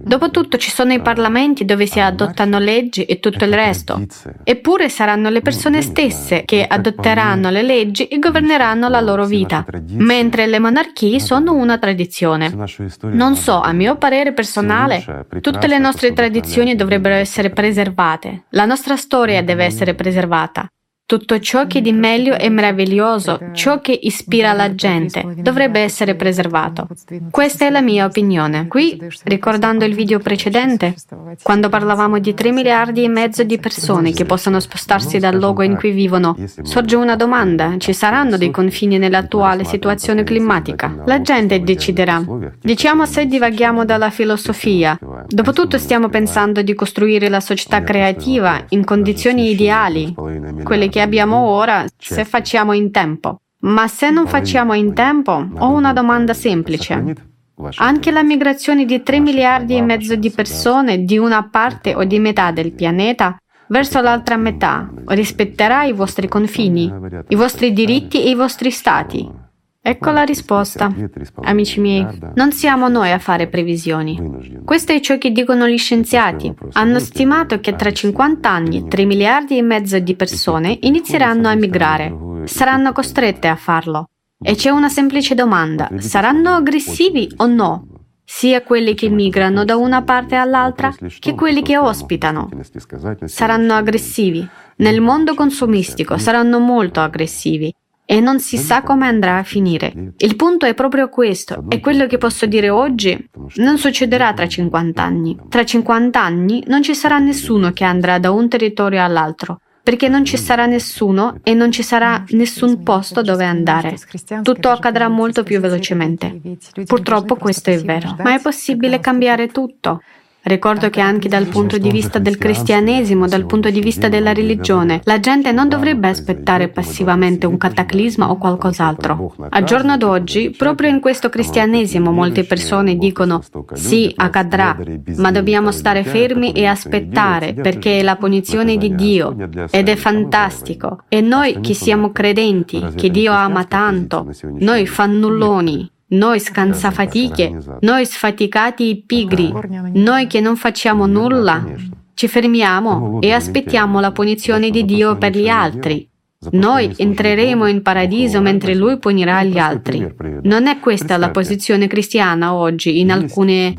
S1: Dopotutto ci sono i parlamenti dove si adottano leggi e tutto il resto. Eppure saranno le persone stesse che adotteranno le leggi e governeranno la loro vita, mentre le monarchie sono una tradizione. Non so, a mio parere personale, tutte le nostre tradizioni dovrebbero essere preservate. La nostra storia deve essere preservata. Tutto ciò che di meglio è meraviglioso, ciò che ispira la gente, dovrebbe essere preservato. Questa è la mia opinione. Qui, ricordando il video precedente, quando parlavamo di 3 miliardi e mezzo di persone che possono spostarsi dal luogo in cui vivono, sorge una domanda: ci saranno dei confini nell'attuale situazione climatica? La gente deciderà. Diciamo, se divaghiamo dalla filosofia. Dopotutto stiamo pensando di costruire la società creativa in condizioni ideali, quelle che abbiamo ora, se facciamo in tempo. Ma se non facciamo in tempo, ho una domanda semplice. Anche la migrazione di 3 miliardi e mezzo di persone di una parte o di metà del pianeta verso l'altra metà rispetterà i vostri confini, i vostri diritti e i vostri stati? Ecco la risposta. Amici miei, non siamo noi a fare previsioni. Questo è ciò che dicono gli scienziati. Hanno stimato che tra 50 anni 3 miliardi e mezzo di persone inizieranno a migrare. Saranno costrette a farlo. E c'è una semplice domanda: saranno aggressivi o no? Sia quelli che migrano da una parte all'altra che quelli che ospitano. Saranno aggressivi. Nel mondo consumistico saranno molto aggressivi. E non si sa come andrà a finire. Il punto è proprio questo, e quello che posso dire oggi non succederà tra 50 anni. Tra 50 anni non ci sarà nessuno che andrà da un territorio all'altro, perché non ci sarà nessuno e non ci sarà nessun posto dove andare. Tutto accadrà molto più velocemente. Purtroppo questo è vero, ma è possibile cambiare tutto. Ricordo che anche dal punto di vista del cristianesimo, dal punto di vista della religione, la gente non dovrebbe aspettare passivamente un cataclisma o qualcos'altro. Al giorno d'oggi, proprio in questo cristianesimo, molte persone dicono: sì, accadrà, ma dobbiamo stare fermi e aspettare, perché è la punizione di Dio, ed è fantastico. E noi che siamo credenti, che Dio ama tanto, noi fannulloni, noi scansafatiche, noi sfaticati e pigri, noi che non facciamo nulla, ci fermiamo e aspettiamo la punizione di Dio per gli altri. Noi entreremo in paradiso mentre Lui punirà gli altri. Non è questa la posizione cristiana oggi in alcune,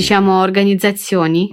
S1: organizzazioni?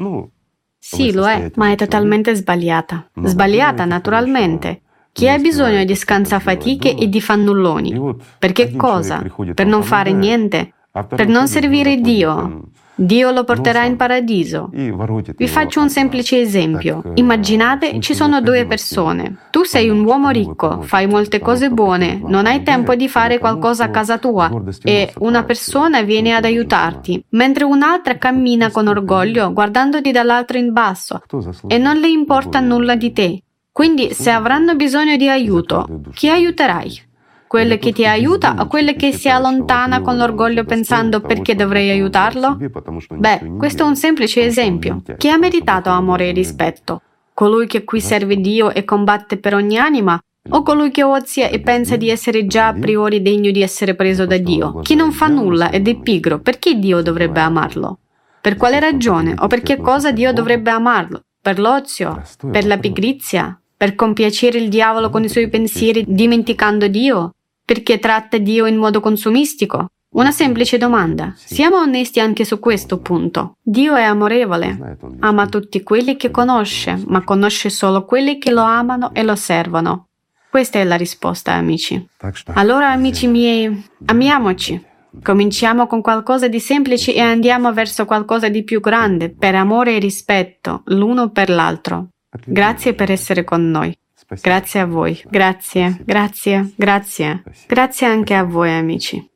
S1: Sì, lo è, ma è totalmente sbagliata. Sbagliata, naturalmente. Chi ha bisogno di scansafatiche e di fannulloni? Per che cosa? Per non fare niente? Per non servire Dio? Dio lo porterà in paradiso. Vi faccio un semplice esempio. Immaginate, ci sono 2 persone. Tu sei un uomo ricco, fai molte cose buone, non hai tempo di fare qualcosa a casa tua e una persona viene ad aiutarti, mentre un'altra cammina con orgoglio guardandoti dall'alto in basso e non le importa nulla di te. Quindi, se avranno bisogno di aiuto, chi aiuterai? Quelle che ti aiuta o quelle che si allontana con l'orgoglio pensando: perché dovrei aiutarlo? Beh, questo è un semplice esempio. Chi ha meritato amore e rispetto? Colui che qui serve Dio e combatte per ogni anima? O colui che ozia e pensa di essere già a priori degno di essere preso da Dio? Chi non fa nulla ed è pigro, perché Dio dovrebbe amarlo? Per quale ragione o per che cosa Dio dovrebbe amarlo? Per l'ozio? Per la pigrizia? Per compiacere il diavolo con i suoi pensieri dimenticando Dio? Perché tratta Dio in modo consumistico? Una semplice domanda. Siamo onesti anche su questo punto. Dio è amorevole. Ama tutti quelli che conosce, ma conosce solo quelli che lo amano e lo servono. Questa è la risposta, amici. Allora, amici miei, amiamoci. Cominciamo con qualcosa di semplice e andiamo verso qualcosa di più grande, per amore e rispetto, l'uno per l'altro. Grazie per essere con noi. Grazie a voi. Grazie, grazie, grazie. Grazie anche a voi, amici.